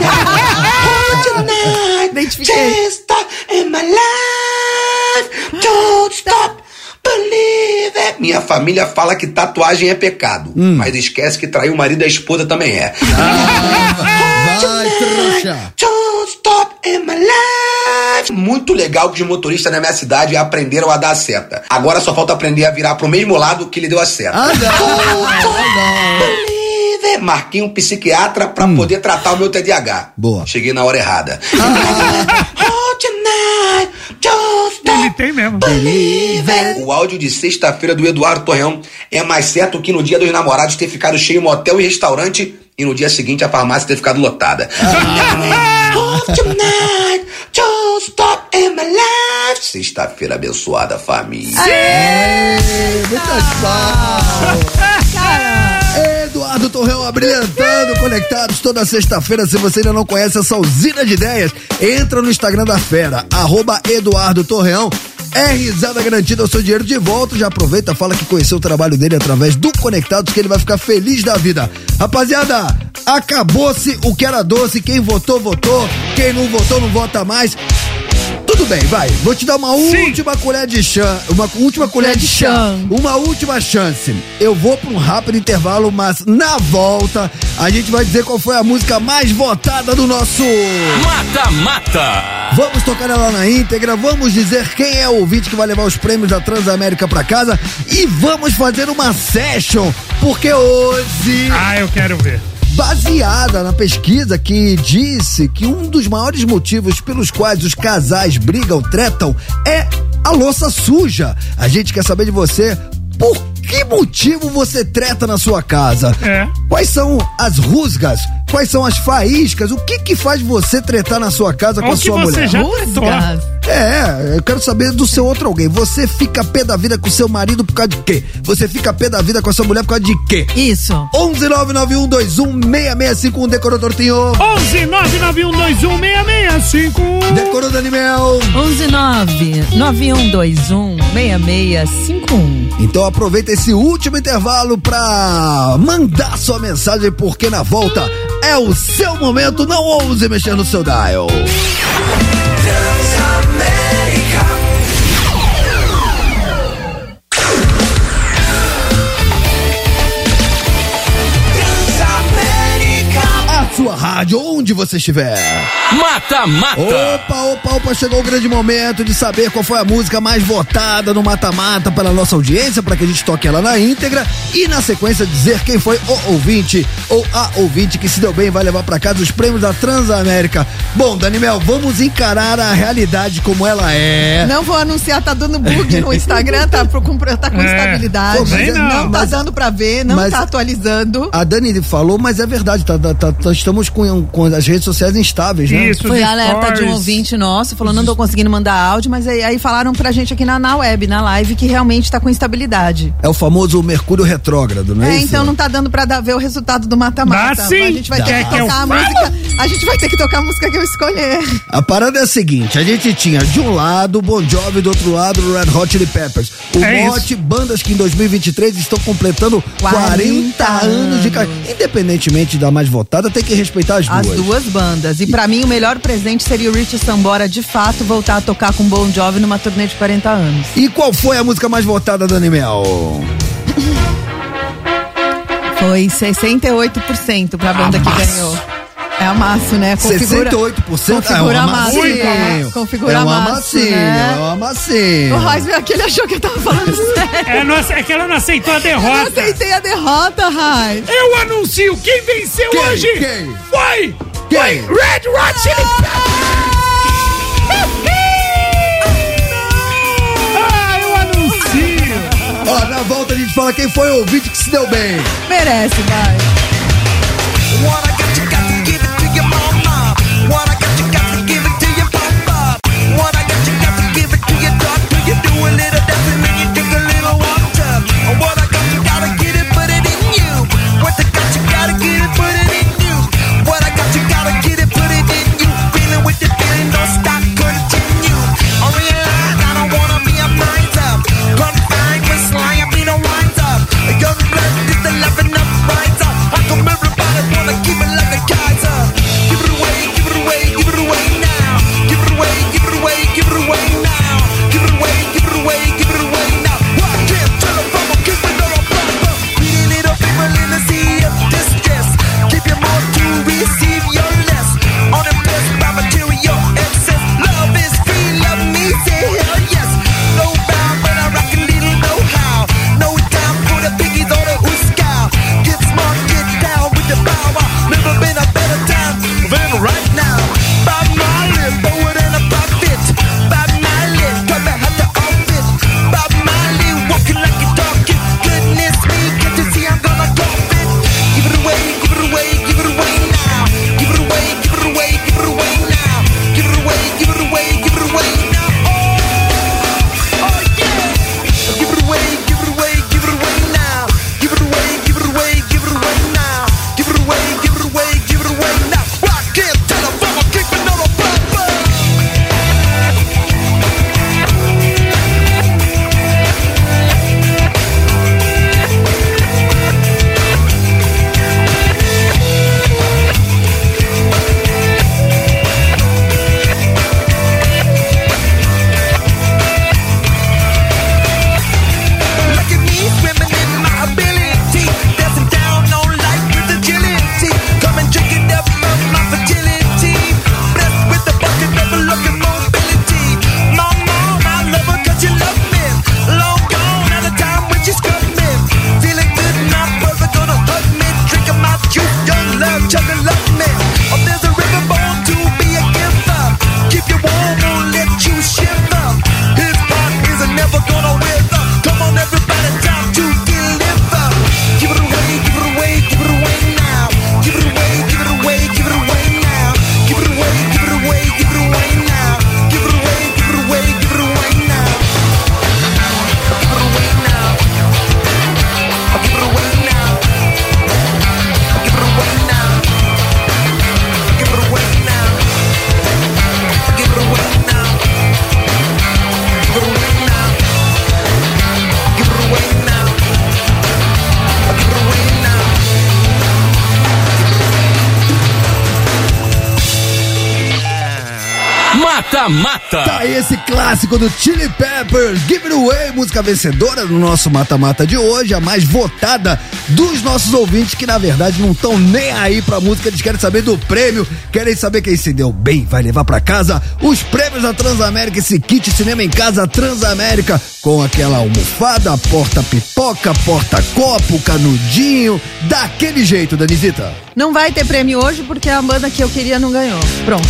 Just stop in my life. Don't stop, believe it. Minha família fala que tatuagem é pecado, mas esquece que trair o marido e a esposa também é. Vai, trouxa. Don't stop in my life. Muito legal que os motoristas na minha cidade aprenderam a dar a seta. Agora só falta aprender a virar pro mesmo lado que ele deu a seta. Marquei um psiquiatra pra poder tratar o meu TDAH. Boa. Cheguei na hora errada. Ele tem mesmo. O áudio de sexta-feira do Eduardo Torreão é mais certo que no dia dos namorados ter ficado cheio motel e restaurante e no dia seguinte a farmácia ter ficado lotada. Sexta-feira abençoada, família. Muitas palmas. Eduardo Torreão abrilhantando, conectados toda sexta-feira. Se você ainda não conhece essa usina de ideias, entra no Instagram da fera, @Eduardo Torreão. É risada garantida, o seu dinheiro de volta. Já aproveita, fala que conheceu o trabalho dele através do Conectados, que ele vai ficar feliz da vida. Rapaziada, acabou-se o que era doce. Quem votou, votou. Quem não votou, não vota mais. Tudo bem, vai. Vou te dar uma última colher de chá. Uma última colher de chá. Uma última chance. Eu vou pra um rápido intervalo, mas na volta a gente vai dizer qual foi a música mais votada do nosso Mata-Mata. Vamos tocar ela na íntegra, vamos dizer quem é o ouvinte que vai levar os prêmios da Transamérica pra casa e vamos fazer uma session, porque hoje... eu quero ver. Baseada na pesquisa que disse que um dos maiores motivos pelos quais os casais brigam, tretam, é a louça suja. A gente quer saber de você, por que motivo você treta na sua casa? Quais são as rusgas? Quais são as faíscas? O que faz você tretar na sua casa com a sua mulher? Já tretou. Eu quero saber do seu outro alguém. Você fica pé da vida com seu marido por causa de quê? Você fica pé da vida com a sua mulher por causa de quê? Isso. 11991216651. Decorou, Tortinho? 11991216651. Decorou, Daniel? 11991216651. Então aproveita esse último intervalo pra mandar sua mensagem, porque na volta é o seu momento. Não ouse mexer no seu dial. Sua rádio, onde você estiver. Mata-Mata. Opa, chegou o grande momento de saber qual foi a música mais votada no Mata-Mata pela nossa audiência, para que a gente toque ela na íntegra e na sequência dizer quem foi o ouvinte ou a ouvinte que se deu bem e vai levar para casa os prêmios da Transamérica. Bom, Daniel, vamos encarar a realidade como ela é. Não vou anunciar, tá dando bug no Instagram, tá com instabilidade. Pô, não tá dando pra ver, não tá atualizando. A Dani falou, mas é verdade, estamos com as redes sociais instáveis, né? Isso, foi alerta de um ouvinte nosso, falou, não tô conseguindo mandar áudio, mas aí falaram pra gente aqui na web, na live, que realmente tá com instabilidade. É o famoso Mercúrio retrógrado, não é isso? Então não tá dando pra ver o resultado do Mata-Mata. Sim. A gente vai ter que tocar a música, a gente vai ter que tocar a música que eu escolher. A parada é a seguinte, a gente tinha de um lado o Bon Jovi, do outro lado o Red Hot Chili Peppers. O mote, bandas que em 2023 estão completando 40 anos de música, independentemente da mais votada, tem que respeitar as duas. As duas bandas. E pra mim, o melhor presente seria o Richie Sambora, de fato, voltar a tocar com Bon Jovi numa turnê de 40 anos. E qual foi a música mais votada, Dani Mel? Foi 68% pra banda que ganhou. É amasso, né? Configura, 68%? Configura amassinho. Configura amassinho, né? É um amassinho. O Raiz veio aqui, ele achou que eu tava falando sério. É que ela não aceitou a derrota. Eu não aceitei a derrota, Raiz. Eu anuncio quem venceu hoje. Quem? Foi Red Hot Chili Peppers. Eu anuncio. Ó, na volta a gente fala quem foi o ouvinte que se deu bem. Merece, vai. What I got, you got to give it to your mama. What I got, you got to give it to your papa. What I got, you got to give it to your doctor. You do a little dancing and you drink a little water. What I got, you gotta get it, put it in you. What I got, you gotta get it, put it in you. What I got, you gotta get it, put it in you. Feeling with the feeling, don't stop, continue. I realize I don't wanna be a miser. Confined with sly, I be no wiser. A young blood is the loving up riser. I come everybody wanna keep it like a Kaiser. Give it away, give it away, give it away now. Give it away, give it away, give it away now. Give it away, give it away, give it away now. Why can't tell a mama, keep it on a proper. Pretty little people in the sea of distress. Keep your more to receive your less. Unimpressed by material excess. Love is free, love me, say hell yes. No bound, but I rock a little know-how. No time for the biggies or the ooskow. Get smart, get down with the power. Never been a better time than right now. Bob Marley, forward and a profit. Bob Marley, come and have the outfit. Bob Marley, walking like a talking. Goodness me, can't you see I'm gonna cough it? Give it away, give it away, give it away now. Give it away, give it away, give it away now. Give it away, give it away, give it away now. Oh yeah. Give it away, give it away, give it away now. Give it away, give it away, give it away now. Give it away, give it away, give it away now. I can't tell a mama, keep it on a proper. Look at me swimming in my ability, dancing down on life with agility. Come and drink it up of my fragility. Blessed with the bucket of looking mobility. Mama, I love her 'cause you love me. Long gone at a time when she's coming. Feeling good, my brother gonna hug me. Drinking my juice, young love, chugging love me. Oh, there's a river born to be a giver. Keep you warm, won't let you shiver. His heart is never gonna wither. Come on, everybody, time to deliver. Give it away, give it away, give it away now. Give it away, give it away, give it away now. Give it away, give it away, give it away now. Give it away, give it away, give it away now. Give it away now. Give it away now. Give it away now. Give it away now. Give it away now. Give it away now. Give it away now. Give it away now. Mata-mata. Tá aí esse clássico do Chili Peppers, Give It Away, música vencedora do nosso mata-mata de hoje, a mais votada dos nossos ouvintes, que na verdade não estão nem aí pra música, eles querem saber do prêmio, querem saber quem se deu bem, vai levar pra casa os prêmios da Transamérica, esse kit cinema em casa Transamérica, com aquela almofada, porta-pipoca, porta-copo, canudinho, daquele jeito, Danizita. Não vai ter prêmio hoje porque a banda que eu queria não ganhou. Pronto.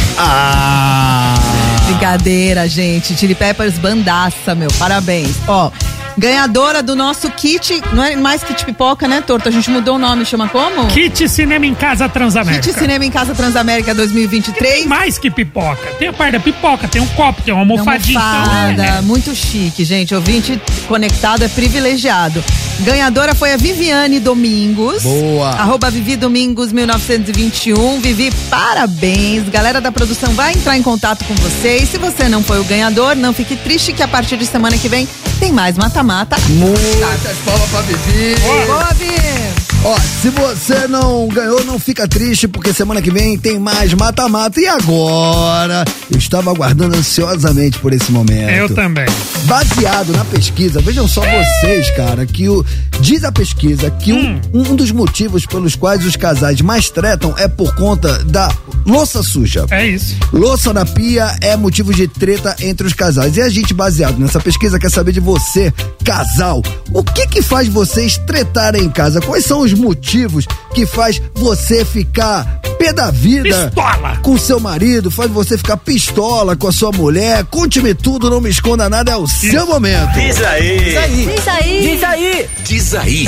Brincadeira, gente. Chili Peppers, bandaça, meu. Parabéns. Ó, ganhadora do nosso kit, não é mais kit pipoca, né, Torto? A gente mudou o nome, chama como? Kit Cinema em Casa Transamérica. Kit Cinema em Casa Transamérica 2023. Tem mais que pipoca. Tem a parte da pipoca, tem um copo, tem uma almofadinha. Então, muito chique, gente. Ouvinte conectado é privilegiado. Ganhadora foi a Viviane Domingos. Boa. @Vivi Domingos 1921. Vivi, parabéns. Galera da produção vai entrar em contato com você. E se você não foi o ganhador, não fique triste que a partir de semana que vem tem mais mata-mata. Muitas palmas pra Vivi. Boa, Vivi. Ó, se você não ganhou, não fica triste, porque semana que vem tem mais mata-mata. E agora? Eu estava aguardando ansiosamente por esse momento. Eu também. Baseado na pesquisa, vejam só vocês, cara, que diz a pesquisa que um dos motivos pelos quais os casais mais tretam é por conta da louça suja. É isso. Louça na pia é motivo de treta entre os casais. E a gente, baseado nessa pesquisa, quer saber de você, casal, o que faz vocês tretarem em casa? Quais são os motivos que faz você ficar pé da vida pistola com seu marido, faz você ficar pistola com a sua mulher? Conte-me tudo, não me esconda nada, é o seu momento. Diz aí. Diz aí. Diz aí. Diz aí.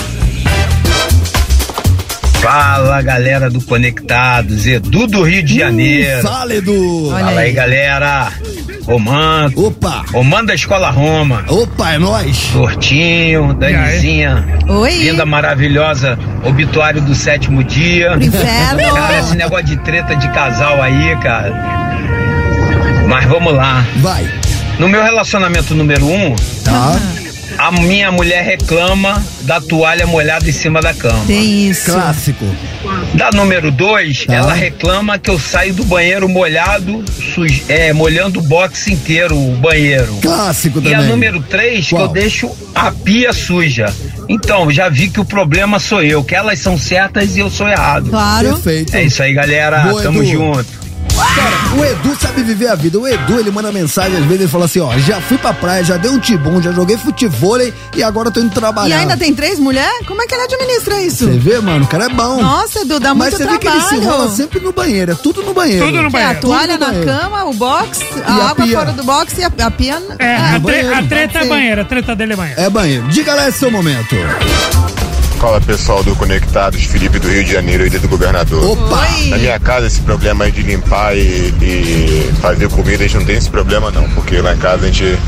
Fala, galera do Conectados, Edu do Rio de Janeiro. Fala, Edu. Fala aí, galera. Romano. Opa. Romano da Escola Roma. Opa, é nóis. Tortinho, Danizinha. Oi. Linda, maravilhosa, obituário do 7º dia. Inferno. Cara, esse negócio de treta de casal aí, cara. Mas vamos lá. Vai. No meu relacionamento número 1, tá. A minha mulher reclama da toalha molhada em cima da cama. Tem isso. Clássico. Da número 2, ela reclama que eu saio do banheiro molhado, molhando o box inteiro, o banheiro. Clássico também. E a número 3, que eu deixo a pia suja. Então, já vi que o problema sou eu, que elas são certas e eu sou errado. Claro. Perfeito. É isso aí, galera. Boa, Tamo Edu. junto. Cara, o Edu sabe viver a vida. O Edu, ele manda mensagem, às vezes ele fala assim, ó, já fui pra praia, já dei um tibum, já joguei futevôlei e agora tô indo trabalhar. E ainda tem 3 mulheres? Como é que ele administra isso? Você vê, mano, o cara é bom. Nossa, Edu, dá muito trabalho. Mas você vê que ele se enrola sempre no banheiro, é tudo no banheiro. Tudo no banheiro. A toalha na cama, o box, a água pia. fora do box e a pia... A treta é banheira, a treta dele é banheiro. É banheiro. Diga lá esse seu momento. Fala, pessoal do Conectados, Felipe do Rio de Janeiro, ilha do governador. Opa! Na minha casa, esse problema aí de limpar e fazer comida, a gente não tem esse problema não, porque lá em casa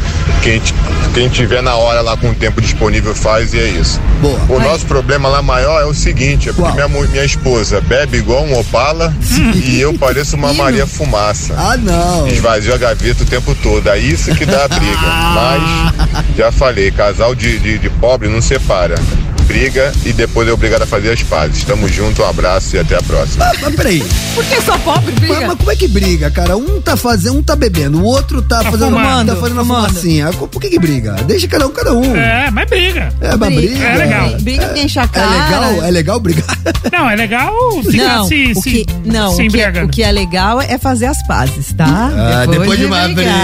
quem tiver na hora lá com o tempo disponível faz e é isso. Boa. O nosso problema lá maior é o seguinte, é porque minha esposa bebe igual um Opala e eu pareço uma Maria Fumaça. Ah, não. Esvazio a gaveta o tempo todo, é isso que dá a briga. Mas, já falei, casal de pobre não separa. Briga e depois é obrigado a fazer as pazes. Tamo junto, um abraço e até a próxima. Mas peraí. Por que só pobre briga? Mas como é que briga, cara? Um tá bebendo, o outro tá fazendo uma fumacinha. Por que briga? Deixa cada um. É, mas briga. É, mas briga. É legal. Briga que enche a cara. É legal brigar? Não, é legal ficar se embriagando. O que é legal é fazer as pazes, tá? Ah, depois de uma briga.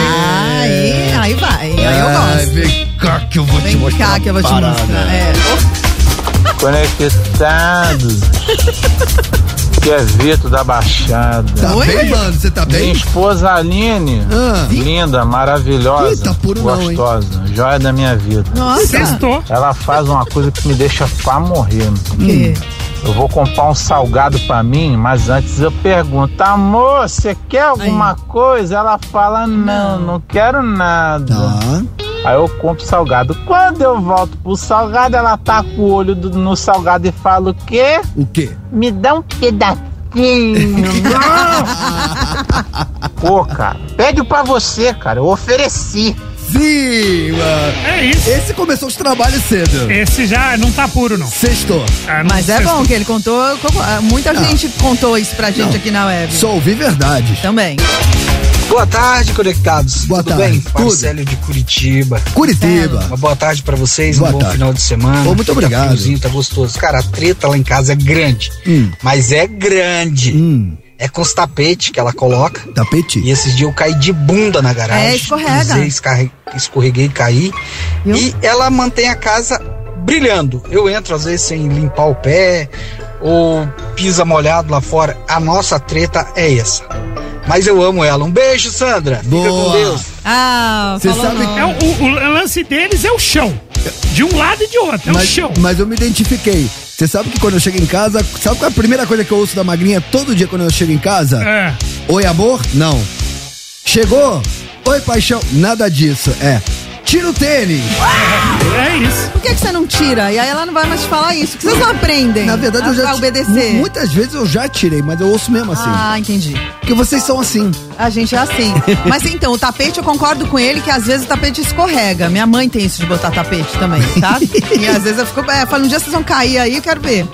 Aí vai. Aí eu gosto. Vem cá que eu vou te mostrar. Vem cá que eu vou te mostrar. Conectados. Que é Vitor da Baixada. Tá bem, mano? Você tá bem? Minha esposa Aline, linda, maravilhosa, Eita, puro gostosa, joia da minha vida. Nossa. Sextou. Ela faz uma coisa que me deixa pra morrer. O quê? Eu vou comprar um salgado pra mim, mas antes eu pergunto, amor, você quer alguma coisa? Ela fala, não quero nada. Tá. Aí eu compro salgado. Quando eu volto pro salgado, ela tá com o olho no salgado e fala o quê? O quê? Me dá um pedacinho. Pô, cara, pede pra você, cara. Eu ofereci. Sim, mano. É isso. Esse começou os trabalhos cedo. Esse já não tá puro, não. Sextou. Mas é bom que ele contou. Muita gente contou isso pra gente aqui na web. Só ouvi verdade. Também. Boa tarde, Conectados. Boa Tudo tarde. bem? Marcelo de Curitiba. Curitiba. Uma boa tarde pra vocês, Boa um bom tarde. final de semana. Ô, muito obrigado. Tá friozinho, tá gostoso. Cara, a treta lá em casa é grande. Mas é grande. É com os tapetes que ela coloca. Tapete? E esses dias eu caí de bunda na garagem. É, escorrega. Escorreguei e caí. E ela mantém a casa brilhando. Eu entro às vezes sem limpar o pé ou pisa molhado lá fora. A nossa treta é essa. Mas eu amo ela. Um beijo, Sandra. Boa. Fica com Deus. Você sabe que o lance deles é o chão. De um lado e de outro. É o chão. Mas eu me identifiquei. Você sabe que quando eu chego em casa, sabe qual é a primeira coisa que eu ouço da Magrinha todo dia quando eu chego em casa? Oi, amor? Não. Chegou? Oi, paixão? Nada disso. tira o tênis. É isso. Por que você não tira? E aí ela não vai mais te falar isso. Por que vocês não aprendem? Na verdade, eu já obedecer. Muitas vezes eu já tirei, mas eu ouço mesmo assim. Ah, entendi. Porque vocês são assim. A gente é assim. Mas então, o tapete, eu concordo com ele que às vezes o tapete escorrega. Minha mãe tem isso de botar tapete também, tá? E às vezes eu fico, falo, um dia vocês vão cair aí, eu quero ver.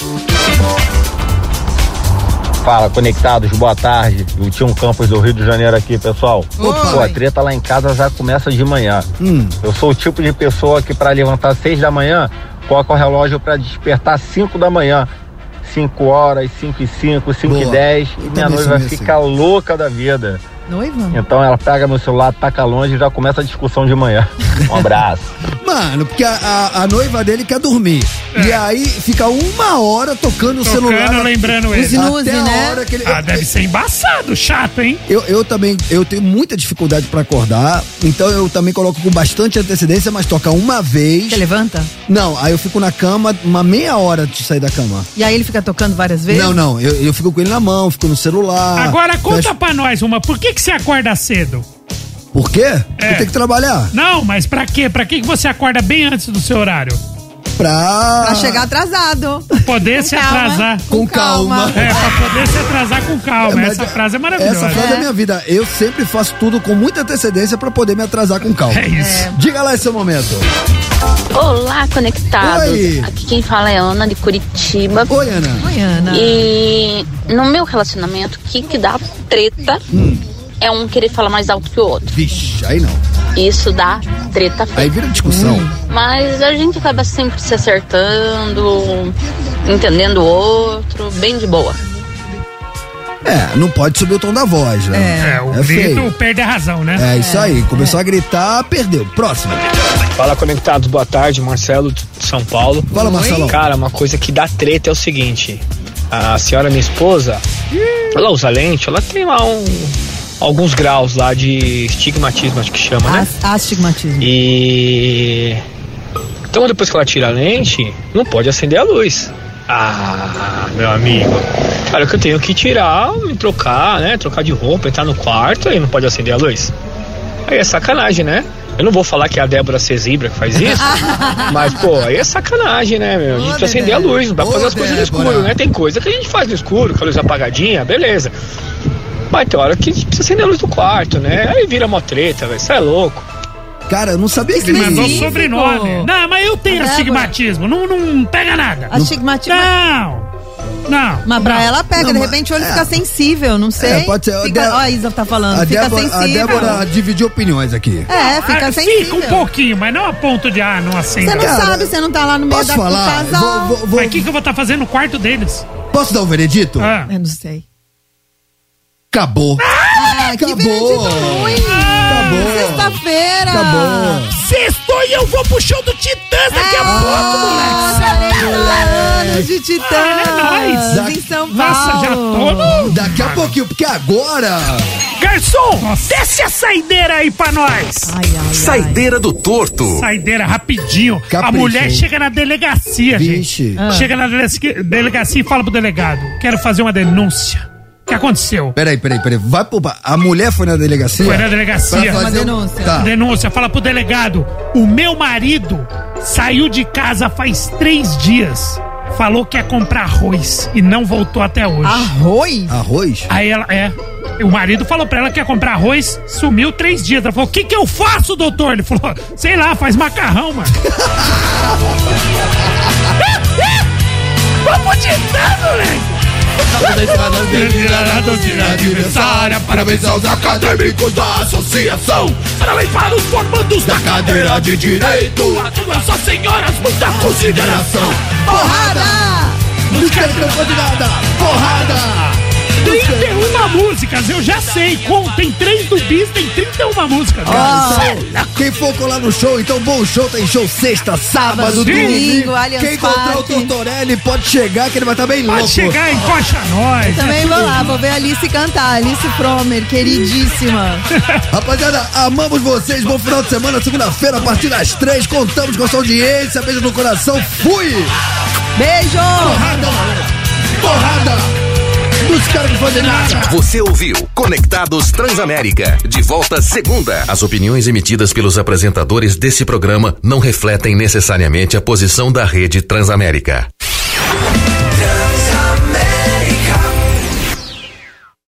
Fala, conectados, boa tarde. O Tião Campos do Rio de Janeiro aqui, pessoal. Opa. Pô, a treta lá em casa já começa de manhã. Eu sou o tipo de pessoa que pra levantar 6 da manhã, coloca o relógio pra despertar 5 da manhã. 5 horas, 5:05, 5:10. E minha noiva fica louca da vida. Noiva? Então ela pega meu celular, taca longe e já começa a discussão de manhã. Um abraço. Mano, porque a noiva dele quer dormir. E aí fica 1 hora tocando o celular. Lembrando ele. Até a hora que ele... deve ser embaçado, chato, hein? Eu também, eu tenho muita dificuldade pra acordar, então eu também coloco com bastante antecedência, mas toca uma vez. Você levanta? Não, aí eu fico na cama uma meia hora de sair da cama. E aí ele fica tocando várias vezes? Não, eu fico com ele na mão, fico no celular. Agora conta pra nós por que você acorda cedo? Por quê? Eu tenho que trabalhar. Não, mas pra quê? Pra que você acorda bem antes do seu horário? Pra chegar atrasado. Poder se atrasar. Com calma. Pra poder se atrasar com calma. Essa frase é maravilhosa. Essa frase é minha vida. Eu sempre faço tudo com muita antecedência pra poder me atrasar com calma. É isso. Diga lá esse seu momento. Olá, conectados. Oi. Aqui quem fala é a Ana de Curitiba. Oi, Ana. Oi, Ana. E no meu relacionamento, o que dá treta é um querer falar mais alto que o outro. Vixe, aí não. Isso dá treta feia. Aí vira discussão. Mas a gente acaba sempre se acertando, entendendo o outro, bem de boa. Não pode subir o tom da voz, né? O grito feio. perde a razão, né? É isso aí. Começou a gritar, perdeu. Próximo. Fala, conectados, boa tarde, Marcelo de São Paulo. Fala, Marcelo. Cara, uma coisa que dá treta é o seguinte: a senhora, minha esposa, ela usa lente, ela tem lá alguns graus lá de estigmatismo, acho que chama, né? Astigmatismo. E então depois que ela tira a lente, não pode acender a luz. Ah, meu amigo, cara, que eu tenho que tirar, me trocar, né? Trocar de roupa, entrar no quarto e não pode acender a luz. Aí é sacanagem, né? Eu não vou falar que é a Débora Cezibra que faz isso, mas, pô, aí é sacanagem, né, meu? A gente precisa acender a luz, não dá pra fazer as coisas no escuro, né? Tem coisa que a gente faz no escuro, com a luz apagadinha, beleza. Mas tem hora que a gente precisa acender a luz do quarto, né? Aí vira mó treta, velho, isso é louco. Cara, eu não sabia que ele mandou sobrenome. Não, mas eu tenho astigmatismo, não pega nada. Astigmatismo? Não. Mas pra ela pega, de repente o olho fica sensível, não sei. Pode ser. Ó, a Isa tá falando, fica sensível. A Débora dividiu opiniões aqui. Fica sensível. Fica um pouquinho, mas não a ponto de, não acende. Você não sabe, você não tá lá no meio do casal. Mas o que eu vou estar fazendo no quarto deles? Posso dar um veredito? Eu não sei. Acabou. Que veredito ruim. Acabou. Sexta-feira. Acabou. Sextou e eu vou pro show do Titãs daqui a pouco, moleque. Anos de Titãs em São Paulo. Nossa, já tô no... Daqui a pouquinho, porque agora... Garçom, desce a saideira aí pra nós. Saideira do torto. Saideira, rapidinho. Capricha, a mulher hein? chega na delegacia, Vixe. gente. Chega na delegacia e fala pro delegado: quero fazer uma denúncia. O que aconteceu? Peraí. Vai pro... A mulher foi na delegacia? Foi na delegacia. Uma denúncia. Tá. Denúncia, fala pro delegado: o meu marido saiu de casa faz 3 dias. Falou que ia comprar arroz e não voltou até hoje. Arroz? Aí ela, o marido falou pra ela que ia comprar arroz, sumiu 3 dias. Ela falou: o que eu faço, doutor? Ele falou: sei lá, faz macarrão, mano. Vamos ditando, moleque. Parabéns aos acadêmicos da associação. Parabéns para os formandos da cadeira de direito. Nossas senhoras, muita consideração. Porrada! Não quero de nada. Porrada! 31 músicas, eu já sei. Tem 3 do Bis, tem 31 músicas. Quem for colar no show, então bom show. Tem show sexta, sábado, domingo. Quem encontrar o Tortorelli pode chegar, que ele vai estar bem louco. Pode chegar, encoxa nós. Também vou lá, vou ver a Alice cantar. Alice Fromer, queridíssima. Rapaziada, amamos vocês. Bom final de semana, segunda-feira, a partir das 3. Contamos com a sua audiência. Beijo no coração. Fui! Beijo! Porrada! dos caras que fazem nada. Você ouviu Conectados Transamérica. De volta segunda. As opiniões emitidas pelos apresentadores desse programa não refletem necessariamente a posição da Rede Transamérica.